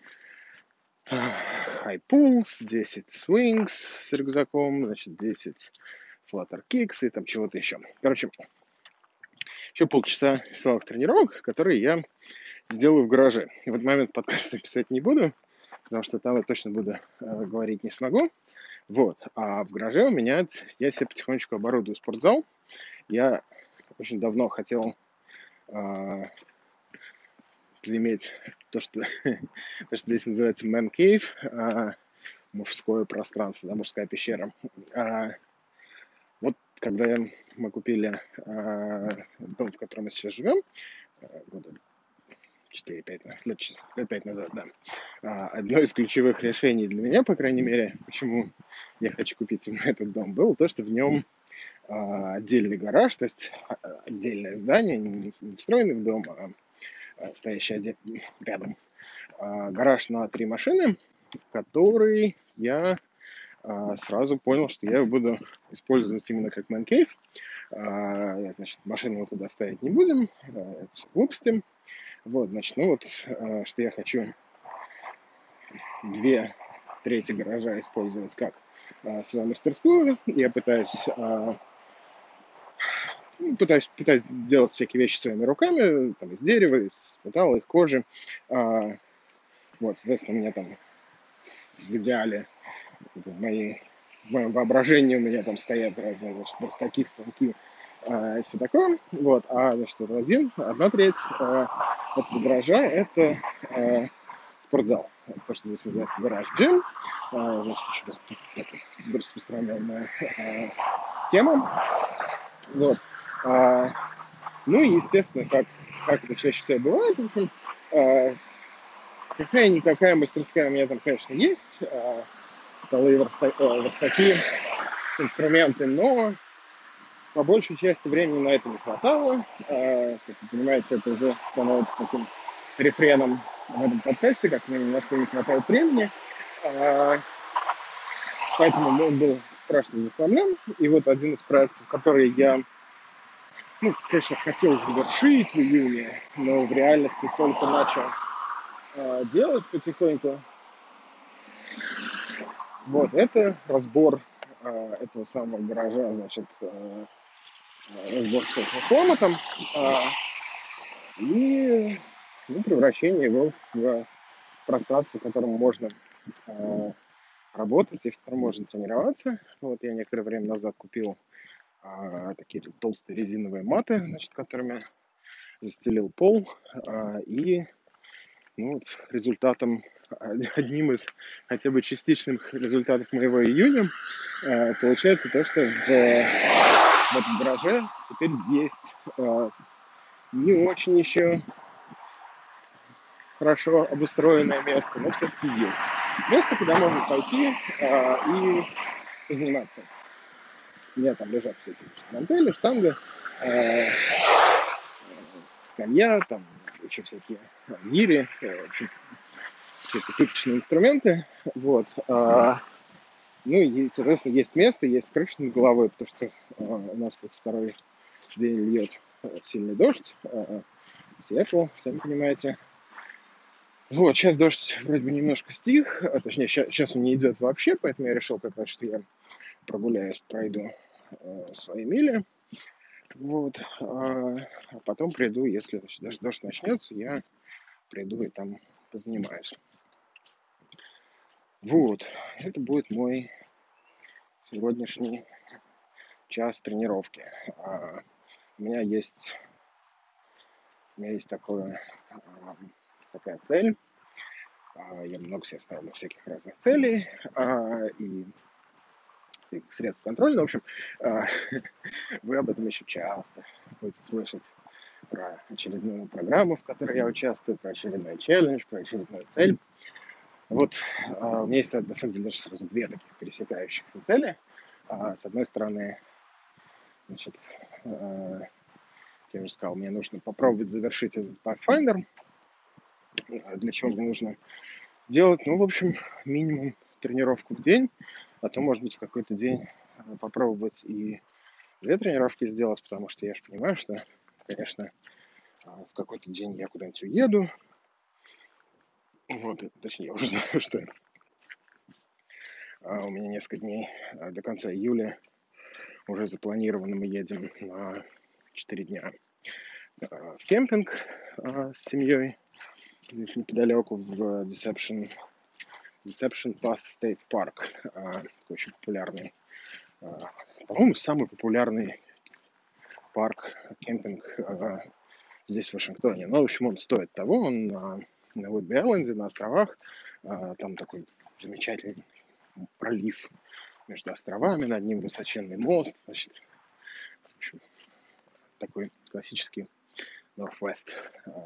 high pulls, 10 swings с рюкзаком, значит, 10 flutter kicks и там чего-то еще. Короче, еще полчаса силовых тренировок, которые я сделаю в гараже. И в этот момент подкаст писать не буду, потому что там я точно буду говорить не смогу. Вот. А в гараже у меня, я себе потихонечку оборудую спортзал. Я очень давно хотел иметь то, что здесь называется man cave, мужское пространство, да, мужская пещера. Вот когда мы купили дом, в котором мы сейчас живем, года 4-5, лет 5 назад, да. Одно из ключевых решений для меня, по крайней мере, почему я хочу купить именно этот дом, было то, что в нем отдельный гараж, то есть отдельное здание, не встроенный в дом, стоящий рядом. Гараж на 3 машины, который я сразу понял, что я его буду использовать именно как man cave. Значит, машину мы туда ставить не будем, это все глупости. Вот, значит, что я хочу 2/3 гаража использовать как свою мастерскую. Я пытаюсь делать всякие вещи своими руками, там, из дерева, из металла, из кожи. Вот, соответственно, у меня там в идеале, в моем воображении у меня там стоят разные, значит, верстаки, станки и все такое. Вот, значит, 1/3 этого гаража — это спортзал. Это то, что здесь называется гараж-джим. Значит, очень распространенная тема. Вот. Ну и, естественно, как это чаще всего бывает, в общем, какая-никакая мастерская у меня там, конечно, есть. Столы, верстаки, инструменты, но по большей части времени на это не хватало. Как вы понимаете, это уже становится таким рефреном в этом подкасте, как мне немножко не хватает времени. Поэтому он был страшно захламлен. И вот один из проектов, который я, конечно, хотел завершить в июне, но в реальности только начал делать потихоньку. Вот, это разбор этого самого гаража, значит, разбор всякого хлама там, и превращение его в пространство, в котором можно работать и в котором можно тренироваться. Вот я некоторое время назад купил такие толстые резиновые маты, значит, которыми застелил пол, и результатом, одним из хотя бы частичных результатов моего июня получается то, что в в этом гараже теперь есть не очень еще хорошо обустроенное место, но все-таки есть. Место, куда можно пойти и позаниматься. У меня там лежат всякие гантели, штанга, скамья, там еще всякие гири, в общем, всякие пыточные инструменты. Вот. Ну и, соответственно, есть место, есть крыша над головой, потому что у нас тут второй день льет сильный дождь. Сиэтл, сами понимаете. Вот, сейчас дождь вроде бы немножко стих, точнее, сейчас он не идет вообще, поэтому я решил как раз, что я прогуляюсь, пройду свои мили. Вот, а потом приду, если даже дождь начнется, я приду и там позанимаюсь. Вот, это будет мой сегодняшний час тренировки. У меня есть такая цель. Я много себе ставлю всяких разных целей и средств контроля. В общем, вы об этом еще часто будете слышать про очередную программу, в которой я участвую, про очередной челлендж, про очередную цель. Вот у меня есть, на самом деле, даже сразу две таких пересекающихся цели. С одной стороны, значит, я уже сказал, мне нужно попробовать завершить этот Pathfinder. Для чего мне нужно делать, в общем, минимум тренировку в день, а то, может быть, в какой-то день попробовать и 2 тренировки сделать, потому что я же понимаю, что, конечно, в какой-то день я куда-нибудь уеду. Вот, точнее, я уже знаю, что у меня несколько дней до конца июля уже запланировано, мы едем на 4 дня в кемпинг с семьей здесь неподалеку в Deception Pass State Park, такой очень популярный, по-моему, самый популярный парк, кемпинг здесь, в Вашингтоне. Ну, в общем, он стоит того, он на Уитби-Айленде, на островах, там такой замечательный пролив между островами, над ним высоченный мост, значит, в общем, такой классический Northwest.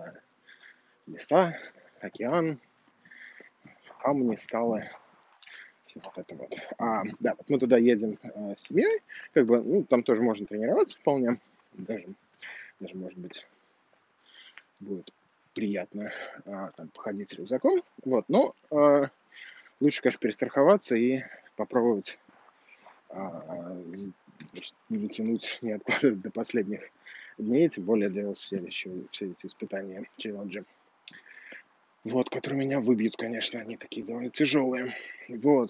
Леса, океан, камни, скалы, все вот это вот. Да, вот мы туда едем с семьей, там тоже можно тренироваться вполне, даже может быть, будет приятно там походить с рюкзаком, вот, но лучше, конечно, перестраховаться и попробовать не тянуть, не откладывать до последних дней, тем более делать все эти испытания, челленджи. Вот, которые меня выбьют, конечно, они такие довольно тяжелые. Вот.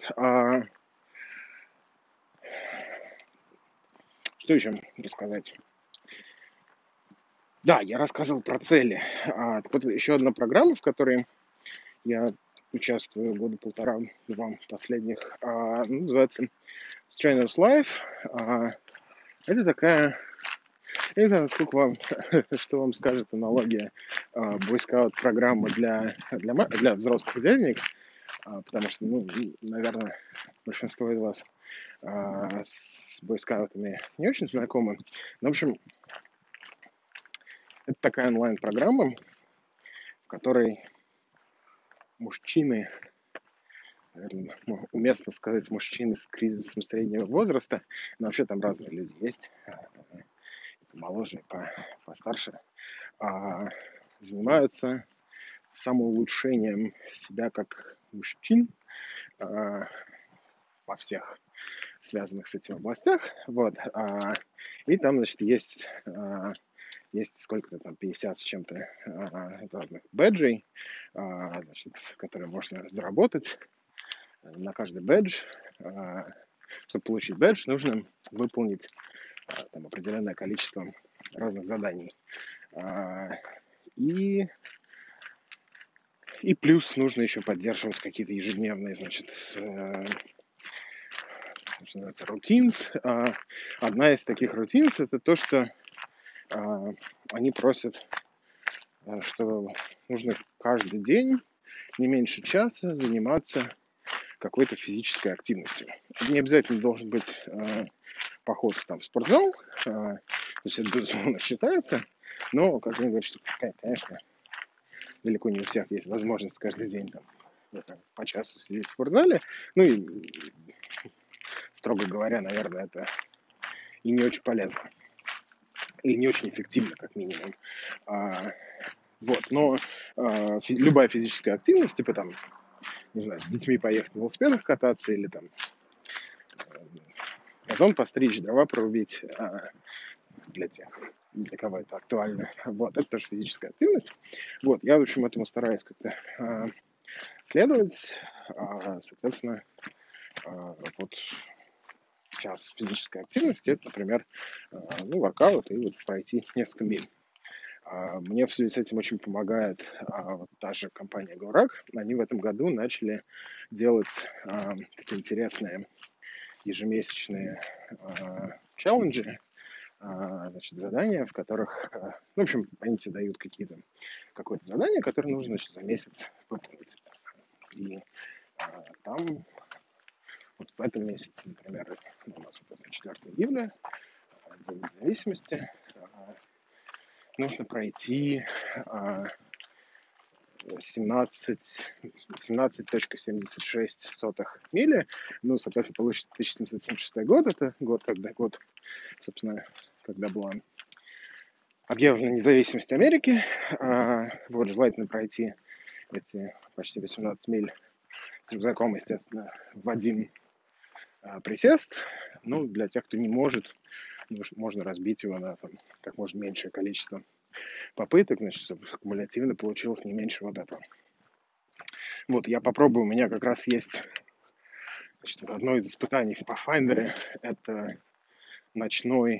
Что еще рассказать? Да, я рассказывал про цели. Вот еще одна программа, в которой я участвую года 1,5-2 последних, называется Trainer's Life. Это такая, я не знаю, насколько что вам скажет аналогия Boy Scout программы для взрослых денег, потому что, наверное, большинство из вас с бойскаутами не очень знакомы. Но, в общем, это такая онлайн-программа, в которой мужчины, наверное, уместно сказать, мужчины с кризисом среднего возраста, но вообще там разные люди есть, помоложе, постарше, занимаются самоулучшением себя как мужчин во всех связанных с этим областях. Вот. И там, значит, есть сколько-то там, 50 с чем-то разных бэджей, значит, которые можно заработать. На каждый бэдж, чтобы получить бэдж, нужно выполнить там определенное количество разных заданий. И плюс нужно еще поддерживать какие-то ежедневные, значит, что называется, routines. Одна из таких routines — это то, что они просят, что нужно каждый день не меньше часа заниматься какой-то физической активностью. Это не обязательно должен быть поход там в спортзал, то есть это, безусловно, считается, но, как мне говорят, что, конечно, далеко не у всех есть возможность каждый день там по часу сидеть в спортзале. Ну и, строго говоря, наверное, это и не очень полезно. Или не очень эффективно, как минимум. Вот, но любая физическая активность, типа там, не знаю, с детьми поехать на велосипедах кататься или там газон постричь, дрова прорубить, для тех, для кого это актуально. Вот, это тоже физическая активность. Вот, я, в общем, этому стараюсь как-то следовать. Соответственно, вот час физической активности, это, например, воркаут и вот пройти несколько миль. Мне в связи с этим очень помогает вот та же компания GoRuck. Они в этом году начали делать такие интересные ежемесячные челленджи, значит, задания, в которых, в общем, они тебе дают какое-то задание, которое нужно, значит, за месяц выполнить. И там вот в этом месяце, например, у нас 4 июля, День независимости, нужно пройти 17,76 мили. Ну, соответственно, получится 1776 год. Это год, собственно, когда была объявлена независимость Америки. Вот, желательно пройти эти почти 18 миль с рюкзаком, естественно, в один присест. Ну, для тех, кто не может, можно разбить его на как можно меньшее количество попыток, значит, чтобы кумулятивно получилось не меньше вот этого. Вот, я попробую, у меня как раз есть, значит, одно из испытаний в Pathfinder, это ночные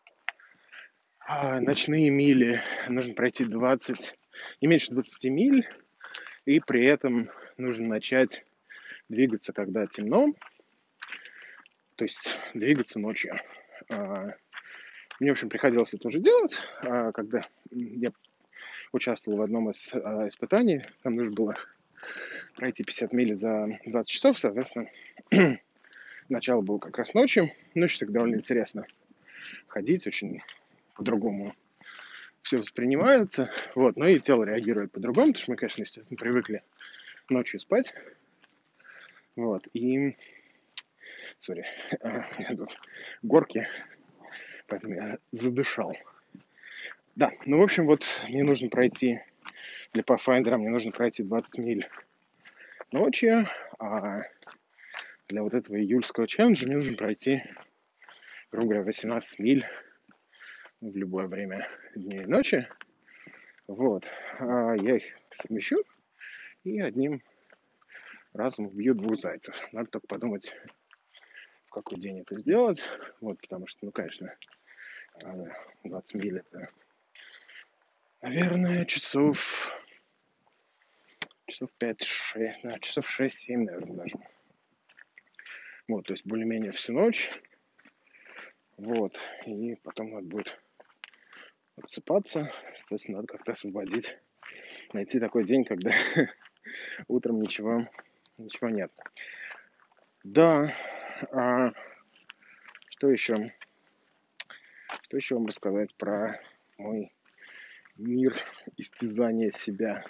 мили, нужно пройти не меньше 20 миль, и при этом нужно начать двигаться, когда темно, то есть двигаться ночью. Мне, в общем, приходилось это уже делать, когда я участвовал в одном из испытаний, там нужно было пройти 50 миль за 20 часов, соответственно, начало было как раз ночью. Ночью так довольно интересно ходить, очень по-другому все воспринимается. Вот, но и тело реагирует по-другому, потому что мы, конечно, естественно, привыкли ночью спать. Вот, и... Сори, у меня тут горки, поэтому я задышал. Да, в общем, вот мне нужно пройти, для Pathfinder мне нужно пройти 20 миль ночью, а для вот этого июльского челленджа мне нужно пройти, грубо говоря, 18 миль в любое время дня и ночи. Вот, я их совмещу и одним разом убью 2 зайцев. Надо только подумать, в какой день это сделать. Вот, потому что, конечно, 20 миль это, наверное, часов 5-6, часов 6-7, наверное, даже. Вот, то есть более-менее всю ночь. Вот, и потом надо будет отсыпаться. Соответственно, надо как-то освободить. Найти такой день, когда утром ничего нет. Да, что еще? Что еще вам рассказать про мой мир истязания себя?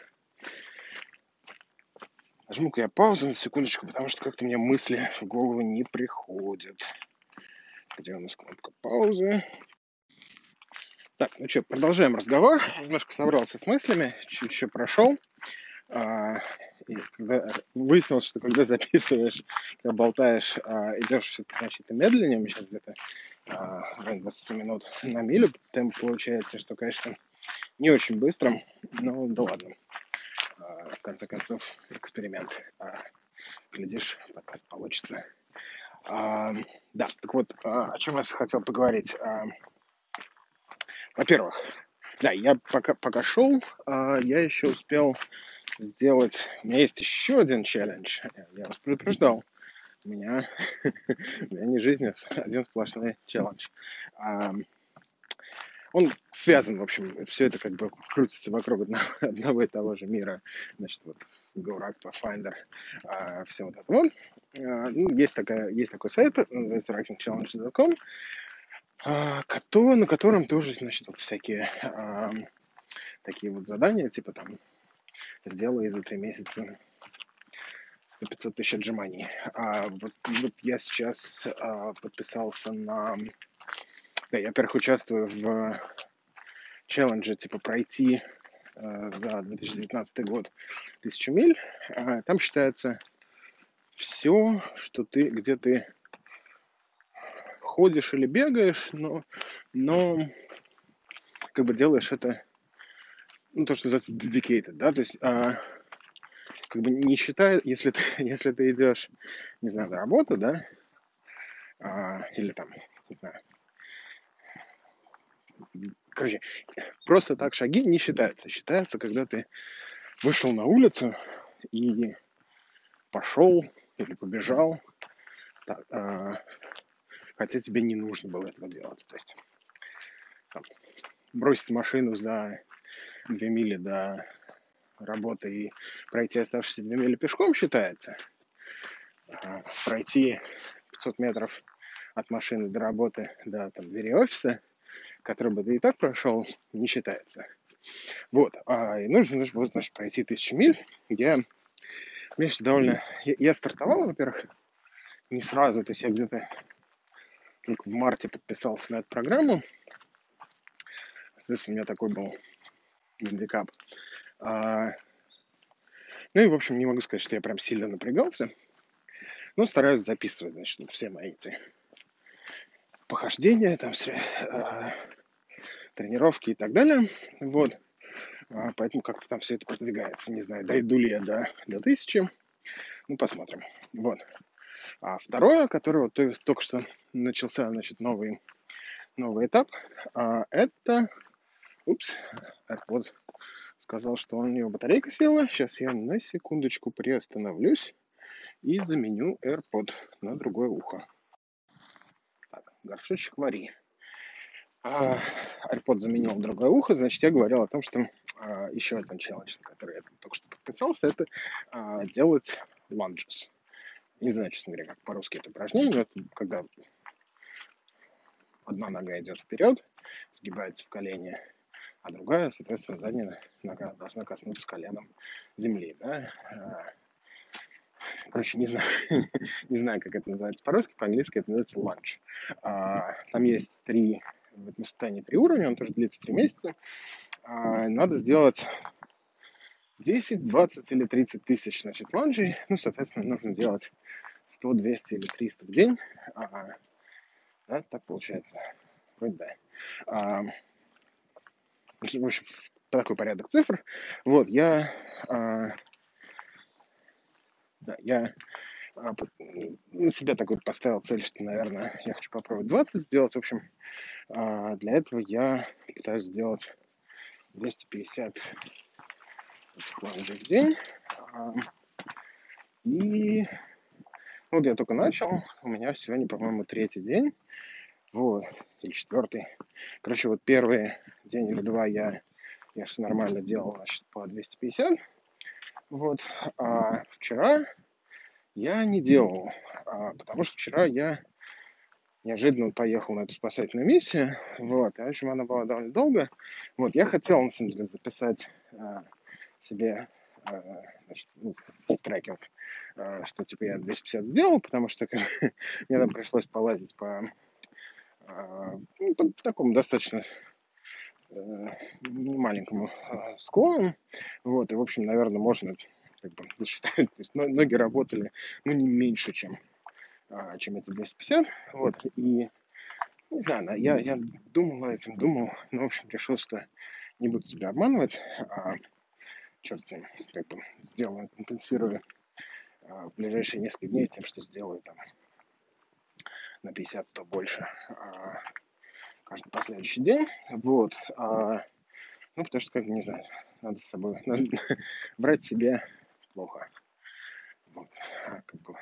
Нажму-ка я паузу на секундочку, потому что как-то мне мысли в голову не приходят. Где у нас кнопка паузы? Так, ну что, продолжаем разговор. Немножко собрался с мыслями, чуть еще прошел. И когда выяснилось, что когда записываешь, когда болтаешь, идешь все-таки значительно медленнее, сейчас где-то 20 минут на милю, темп получается, что, конечно, не очень быстро, но да ладно. В конце концов, эксперимент. Глядишь, подкаст получится. Да, так вот, о чем я хотел поговорить. Во-первых, да, я пока шел, я еще успел сделать... У меня есть еще один челлендж. Я вас предупреждал. У меня не жизнь, а один сплошной челлендж. он связан, в общем, все это как бы крутится вокруг одного и того же мира. Значит, вот GoRuck, Pathfinder, все вот это вот. Ну, есть такой сайт, называется rankingchallenge.com, на котором тоже, значит, вот всякие такие вот задания, типа там, сделай за 3 месяца 500 тысяч отжиманий. Вот я сейчас подписался на... Да, я, во-первых, участвую в челлендже, типа, пройти за 2019 год 1000 миль. Там считается все, что где ты ходишь или бегаешь, но как бы делаешь это, ну, то, что называется dedicated, да, то есть как бы не считая, если ты идешь, не знаю, на работу, да, или там, не знаю, короче, просто так шаги не считаются. Считается, когда ты вышел на улицу и пошел или побежал, хотя тебе не нужно было этого делать. То есть там, бросить машину за 2 мили до работы и пройти оставшиеся 2 мили пешком считается. Пройти 500 метров от машины до работы до двери офиса, который бы ты и так прошел, не считается. Вот. И нужно было, значит, пройти 1000 миль. Конечно, довольно... Я стартовал, во-первых, не сразу. То есть я где-то только в марте подписался на эту программу. Соответственно, у меня такой был гандикап. Ну и, в общем, не могу сказать, что я прям сильно напрягался. Но стараюсь записывать, значит, все мои эти похождения, там, тренировки и так далее. Вот. Поэтому как-то там все это продвигается. Не знаю, дойду ли я до 1000. Ну, посмотрим. Вот. А второе, которое вот только что начался, значит, новый этап, это... Упс, AirPod сказал, что у него батарейка села. Сейчас я на секундочку приостановлюсь и заменю AirPod на другое ухо. Так, горшочек вари. AirPod заменил другое ухо, значит, я говорил о том, что еще один челлендж, на который я только что подписался, это делать lunges. Не знаю, честно говоря, как по-русски это упражнение, но это когда одна нога идет вперед, сгибается в колени, а другая, соответственно, задняя нога должна коснуться коленом земли, да. Короче, не знаю, не знаю, как это называется по-русски, по-английски это называется lunge. Там есть в этом испытании 3 уровня, он тоже длится 3 месяца. Надо сделать 10, 20 или 30 тысяч, значит, ланжей. Ну, соответственно, нужно делать 100, 200 или 300 в день. Да, так получается. Вроде да. В общем, такой порядок цифр. Вот, я на себя такой поставил цель, что, наверное, я хочу попробовать 20 сделать. В общем, для этого я пытаюсь сделать 250 ланжей в день. И вот я только начал. У меня сегодня, по-моему, 3-й день. Вот, или 4-й. Короче, вот первый день или 2 я все нормально делал, значит, по 250. Вот. А вчера я не делал, потому что вчера я неожиданно поехал на эту спасательную миссию. Вот. И, в общем, она была довольно долго. Вот. Я хотел, на самом деле, записать себе значит, трекинг, что типа я 250 сделал, потому что мне там пришлось полазить по такому достаточно маленькому склону. Вот, и, в общем, наверное, можно как бы засчитать. То есть ноги работали, ну, не меньше, чем эти 250. Вот, и, не знаю, я думал над этим, но, в общем, решил, что не буду себя обманывать, черт с ним, как бы сделаю, компенсирую в ближайшие несколько дней тем, что сделаю там на 50-100 больше каждый последующий день. Вот. Ну, потому что, как бы, не знаю, надо с собой... Надо брать себе плохо. Вот. Как бы,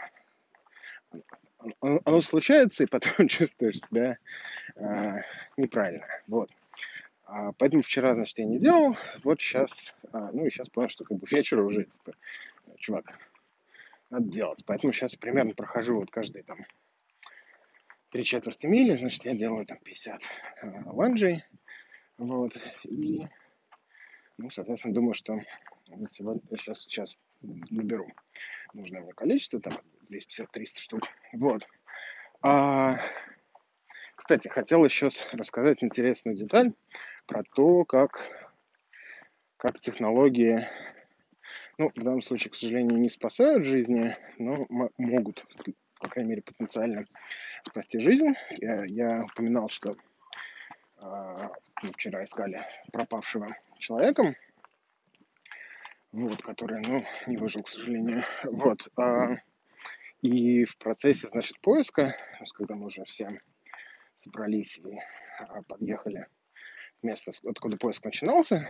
оно случается, и потом чувствуешь себя неправильно. Вот. Поэтому вчера, значит, я не делал. Вот сейчас, ну и сейчас понял, что как бы к вечеру уже, типа, чувак, надо делать. Поэтому сейчас примерно прохожу вот каждые там 3/4 мили, значит, я делаю там 50 ланжей. Вот. И, ну, соответственно, думаю, что за сегодня я сейчас наберу нужное мне количество, там 250-300 штук. Вот. А, Кстати, хотел еще рассказать интересную деталь про то, как технологии, ну, в данном случае, к сожалению, не спасают жизни, но могут, по крайней мере, потенциально спасти жизнь. Я упоминал, что мы вчера искали пропавшего человека, вот, который, ну, не выжил, к сожалению. Вот. И в процессе, значит, поиска, то есть когда мы уже все собрались и подъехали к месту, откуда поиск начинался,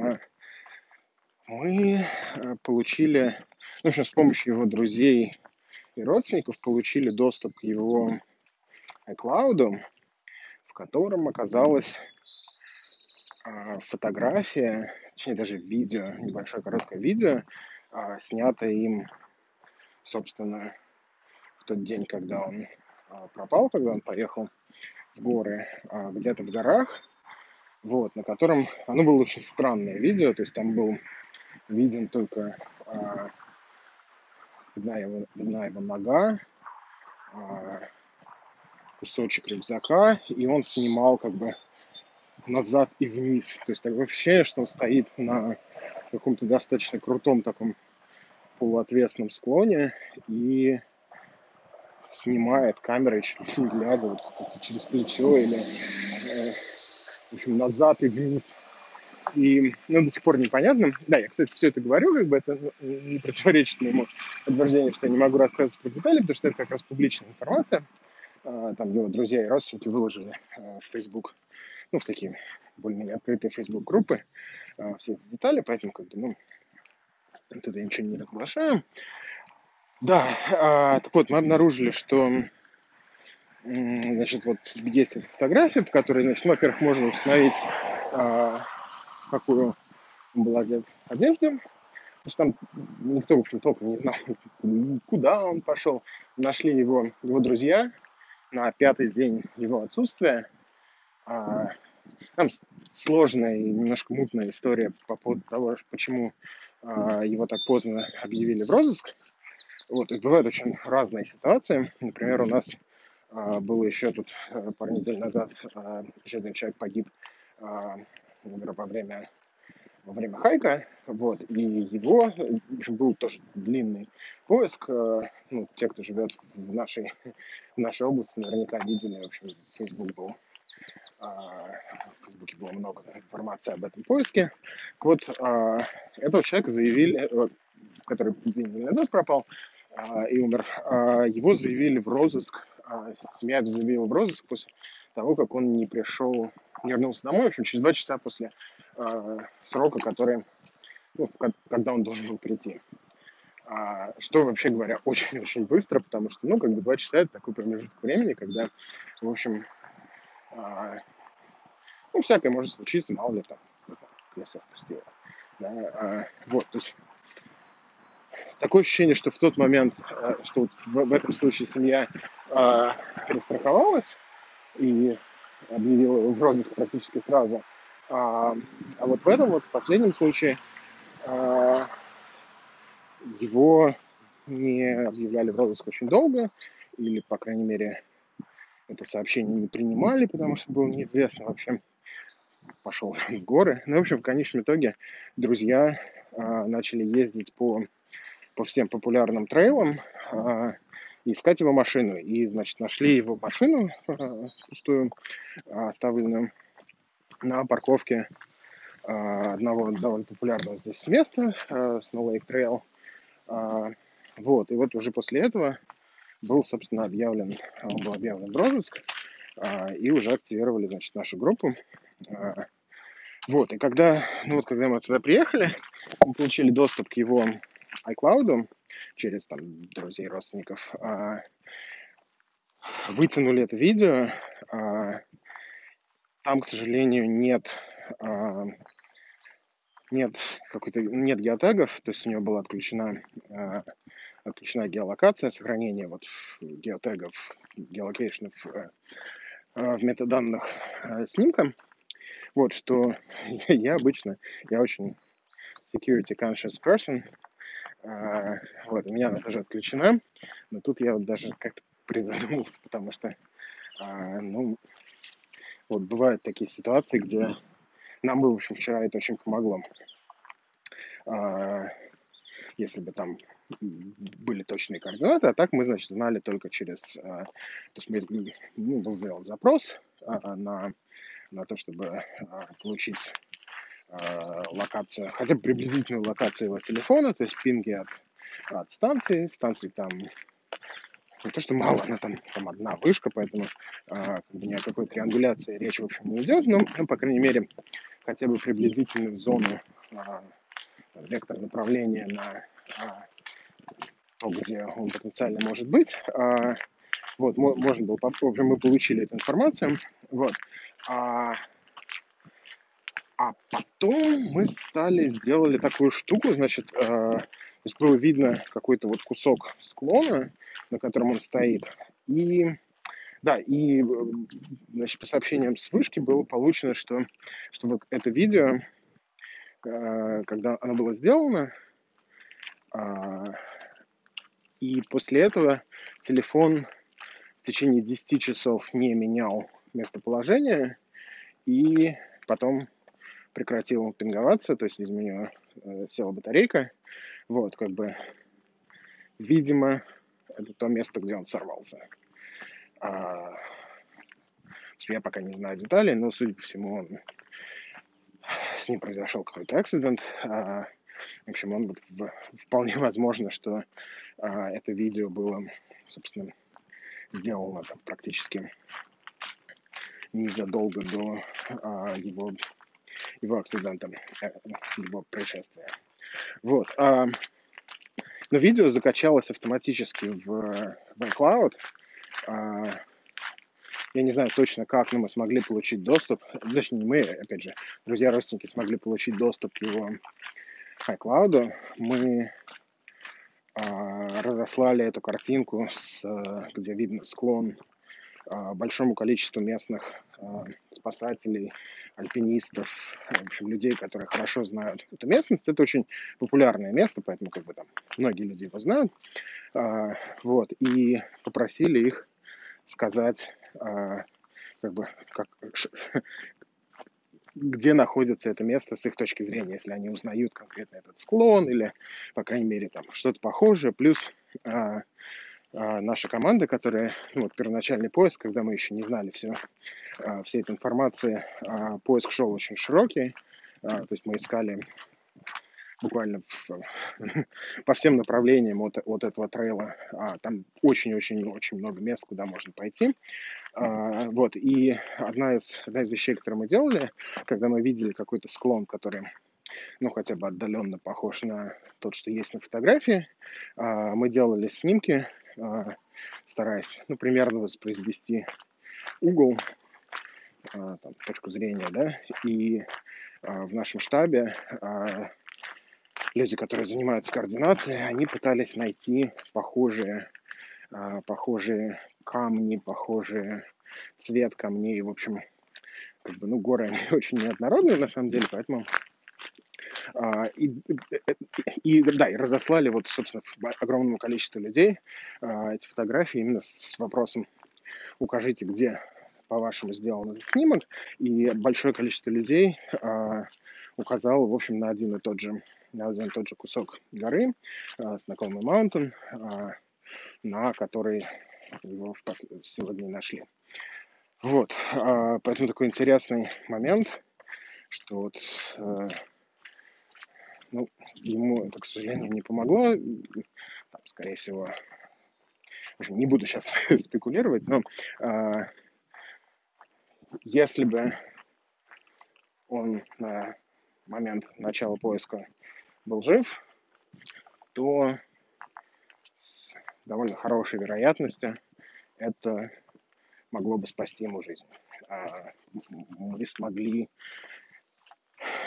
мы получили, ну, в общем, с помощью его друзей и родственников получили доступ к его iCloud, в котором оказалась фотография, точнее даже видео, небольшое короткое видео, снятое им, собственно, в тот день, когда он пропал, когда он поехал в горы, где-то в горах, вот, на котором, оно было очень странное видео, то есть там был виден только видна его нога, кусочек рюкзака, и он снимал как бы назад и вниз. То есть такое ощущение, что он стоит на каком-то достаточно крутом таком полуотвесном склоне и снимает камерой, чуть ли не глядя вот через плечо или, в общем, назад и вниз. И, ну, до сих пор непонятно. Да, я, кстати, все это говорю, как бы это не противоречит моему утверждению, что я не могу рассказывать про детали, потому что это как раз публичная информация. Там его друзья и родственники выложили в Facebook, ну, в такие более-менее открытые Facebook-группы все эти детали, поэтому, как бы, ну, тогда я ничего не разглашаю. Да, так вот, мы обнаружили, что, значит, вот есть эта фотография, по которой, значит, ну, во-первых, можно установить, какую он был одет одежду, потому что там никто, в общем, толком не знал, куда он пошел. Нашли его друзья на 5-й день его отсутствия. Там сложная и немножко мутная история по поводу того, почему его так поздно объявили в розыск. Вот, и бывают очень разные ситуации. Например, у нас было еще тут пару недель назад, еще один человек погиб во время хайка, вот, и его, в общем, был тоже длинный поиск. Ну, те, кто живет в нашей области, наверняка видели, в общем, Facebook был, в Фейсбуке было много информации об этом поиске. Вот этого человека заявили, который 2 недели назад пропал и умер, его заявили в розыск, семья заявила в розыск после того, как он не вернулся домой, в общем, через 2 часа после срока, ну, когда он должен был прийти. Что, вообще говоря, очень-очень быстро, потому что, ну, как бы 2 часа — это такой промежуток времени, когда, в общем, ну, всякое может случиться, мало ли там, лесов пустило. Да, вот, то есть такое ощущение, что в тот момент, что вот в этом случае семья перестраховалась и объявила его в розыск практически сразу. А вот в этом вот, в последнем случае, его не объявляли в розыск очень долго, или, по крайней мере, это сообщение не принимали, потому что было неизвестно вообще, пошел в горы. Ну, в общем, в конечном итоге друзья начали ездить по всем популярным трейлам, искать его машину. И, значит, нашли его машину пустую, оставленную на парковке одного довольно популярного здесь места, Snow Lake Trail. Вот, и вот уже после этого был, собственно, объявлен в розыск, и уже активировали, значит, нашу группу. Вот, и когда мы туда приехали, мы получили доступ к его iCloud через там друзей и родственников, вытянули это видео. Там, к сожалению, нет а, нет геотегов, то есть у него была отключена геолокация, сохранение вот геотегов, геолокейшенов в метаданных снимка. Вот, что я очень security conscious person, вот, у меня она тоже отключена, но тут я вот даже как-то призадумался, потому что, ну, вот бывают такие ситуации, где нам бы, в общем, вчера это очень помогло. Если бы там были точные координаты, а так мы, значит, знали только через... То есть был сделан запрос на то, чтобы получить локацию, хотя бы приблизительную локацию его телефона, то есть пинги от станции там не то, что мало, но там одна вышка, поэтому как бы ни о какой триангуляции речь, в общем, не идет, но, по крайней мере, хотя бы приблизительную зону, вектор направления на то, где он потенциально может быть. Вот, можно было, в общем, мы получили эту информацию, вот. Потом мы сделали такую штуку, значит, то есть было видно какой-то вот кусок склона, на котором он стоит, и да, и, значит, по сообщениям с вышки было получено, что вот это видео, когда оно было сделано, и после этого телефон в течение 10 часов не менял местоположение, и потом прекратил пинговаться, то есть, видимо, у него села батарейка. Вот, как бы, видимо, это то место, где он сорвался. Я пока не знаю деталей, но, судя по всему, с ним произошел какой-то акцидент. В общем, вполне возможно, что это видео было, собственно, сделано там практически незадолго до его акцидента, его происшествия. Вот. Но видео закачалось автоматически в iCloud. Я не знаю точно как, но мы смогли получить доступ. Точнее, не мы, опять же, друзья-родственники смогли получить доступ к его iCloud. Мы разослали эту картинку, где видно склон, большому количеству местных спасателей, альпинистов, в общем, людей, которые хорошо знают эту местность. Это очень популярное место, поэтому как бы там многие люди его знают. Вот, и попросили их сказать, как бы, где находится это место с их точки зрения, если они узнают конкретно этот склон или, по крайней мере, там что-то похожее. Плюс наша команда, которая, вот первоначальный поиск, когда мы еще не знали всей этой информации, поиск шел очень широкий, то есть мы искали буквально по всем направлениям от этого трейла. Там очень-очень-очень много мест, куда можно пойти. Вот, и одна из вещей, которые мы делали, когда мы видели какой-то склон, который, ну, хотя бы отдаленно похож на тот, что есть на фотографии, мы делали снимки, стараясь, ну, примерно воспроизвести угол, там, точку зрения, да, и в нашем штабе люди, которые занимаются координацией, они пытались найти похожие камни, похожий цвет камней, в общем, как бы, ну, горы они очень неоднородные, на самом деле, поэтому и разослали вот, собственно, огромному количеству людей эти фотографии именно с вопросом «Укажите, где, по-вашему, сделан этот снимок», и большое количество людей указало, в общем, на один и тот же кусок горы, Snoqualmie Mountain, на который его сегодня нашли. Вот, поэтому такой интересный момент, что вот, ну, ему это, к сожалению, не помогло. Там, скорее всего, в общем, не буду сейчас спекулировать, но если бы он на момент начала поиска был жив, то с довольно хорошей вероятностью это могло бы спасти ему жизнь. Мы смогли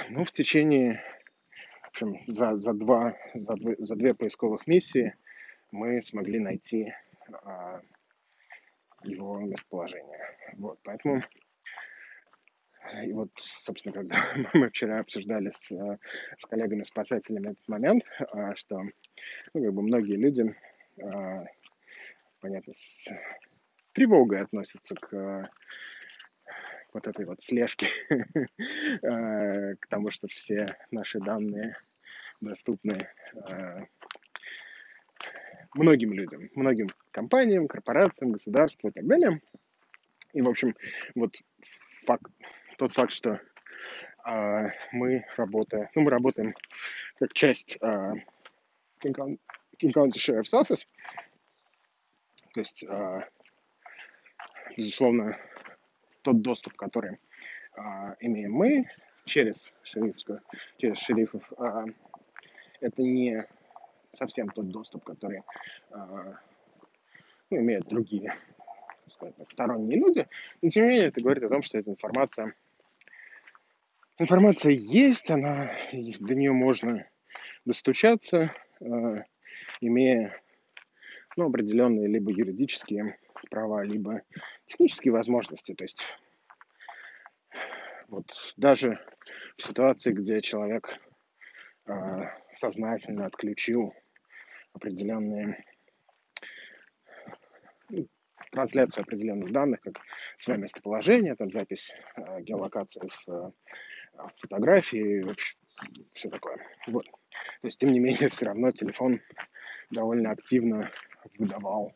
Ну, в течение, в общем, за две поисковых миссии мы смогли найти а, его местоположение. Вот, поэтому, и вот, собственно, когда мы вчера обсуждали с коллегами-спасателями этот момент, что, ну, как бы многие люди, а, понятно, с тревогой относятся к вот этой вот слежке, к тому, что все наши данные доступны многим людям, многим компаниям, корпорациям, государству и так далее. И, в общем, вот тот факт, что мы работаем как часть King County Sheriff's Office, то есть, безусловно, тот доступ, который имеем мы через шерифов, это не совсем тот доступ, который имеют другие, скажем так, сторонние люди. Но, тем не менее, это говорит о том, что эта информация есть, до нее можно достучаться, имея определенные либо юридические права, либо технические возможности. То есть вот даже в ситуации, где человек сознательно отключил определенные трансляцию определенных данных, как свое местоположение, там запись геолокации в фотографии, все такое. Вот. То есть, тем не менее, все равно телефон довольно активно выдавал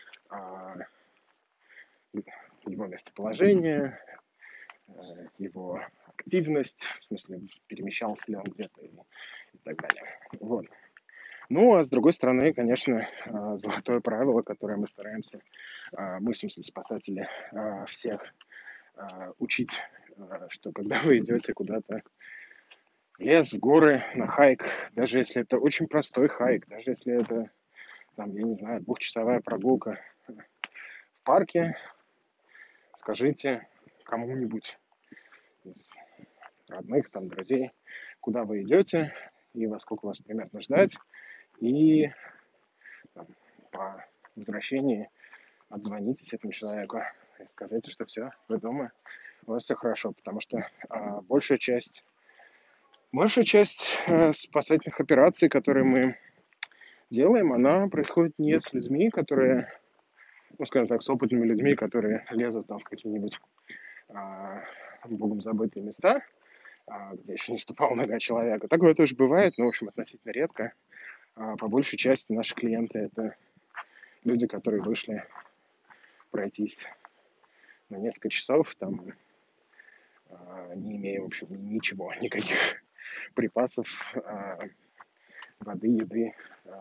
его местоположение, его активность, в смысле, перемещался ли он где-то и так далее. Вот. Ну, а с другой стороны, конечно, золотое правило, которое мы стараемся, мы, в смысле, спасатели, всех учить, что когда вы идете куда-то в лес, в горы, на хайк, даже если это очень простой хайк, даже если это, там, я не знаю, 2-часовая прогулка в парке, скажите кому-нибудь из родных, там, друзей, куда вы идете и во сколько вас примерно ждать, и там, по возвращении отзвонитесь этому человеку и скажите, что все, вы дома, у вас все хорошо, потому что большая часть спасательных операций, которые мы делаем, она происходит не с людьми, которые, ну, скажем так, с опытными людьми, которые лезут там в какие-нибудь богом забытые места, где еще не ступала нога человека. Такое тоже бывает, но, в общем, относительно редко. По большей части наши клиенты — это люди, которые вышли пройтись на несколько часов, там, не имея, в общем, ничего, никаких припасов, воды, еды,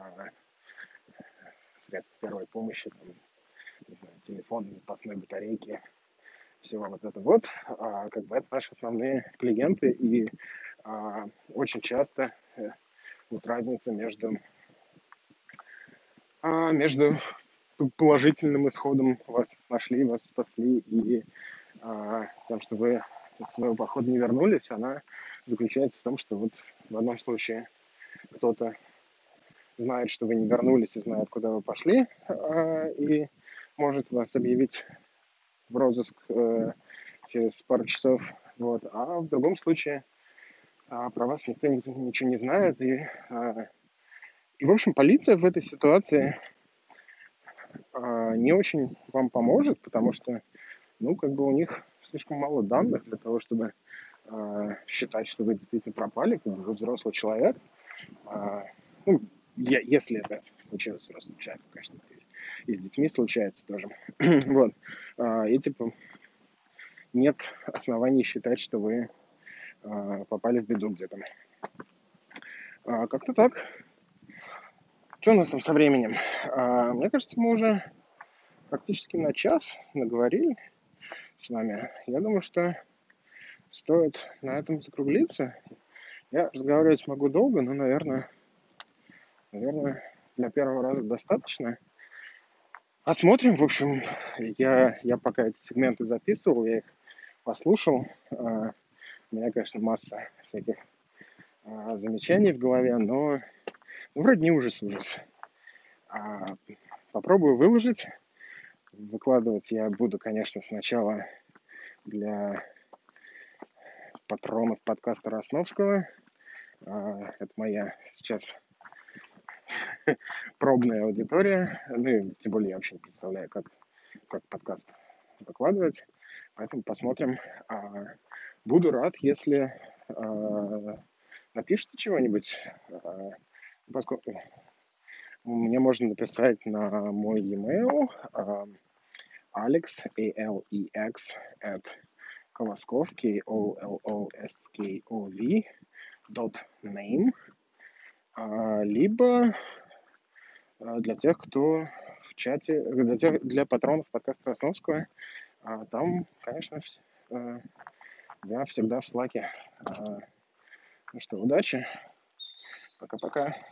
средств первой помощи, там, не знаю, телефон, запасной батарейки, все вот это вот. Как бы это наши основные клиенты, и очень часто вот разница между положительным исходом вас нашли, вас спасли, и тем, что вы из своего похода не вернулись, она заключается в том, что вот в одном случае кто-то знает, что вы не вернулись, и знает, куда вы пошли, и может вас объявить в розыск через пару часов. Вот. А в другом случае про вас никто ничего не знает. И, в общем, полиция в этой ситуации не очень вам поможет, потому что, ну, как бы у них слишком мало данных для того, чтобы считать, что вы действительно пропали, как бы вы взрослый человек. Ну, если это случилось с взрослым человеком, конечно, и с детьми случается тоже. Вот. И типа нет оснований считать, что вы попали в беду где-то. Как-то так. Что у нас там со временем? Мне кажется, мы уже практически на час наговорили с вами. Я думаю, что стоит на этом закруглиться. Я разговаривать могу долго, но, наверное, для первого раза достаточно. Посмотрим. В общем, я пока эти сегменты записывал, я их послушал. У меня, конечно, масса всяких замечаний в голове, но вроде не ужас-ужас. А, Попробую выложить. Выкладывать я буду, конечно, сначала для патронов подкаста Росновского. Это моя сейчас пробная аудитория. Ну и тем более я вообще не представляю, как подкаст выкладывать. Поэтому посмотрим. Буду рад, если напишите чего-нибудь. Поскольку мне можно написать на мой e-mail alex, alex, at Koloskov, KOLOSKOV, .name, либо для тех, кто в чате, для патронов подкаста Росновского, там, конечно, я всегда в слаке. Ну что, удачи, пока-пока.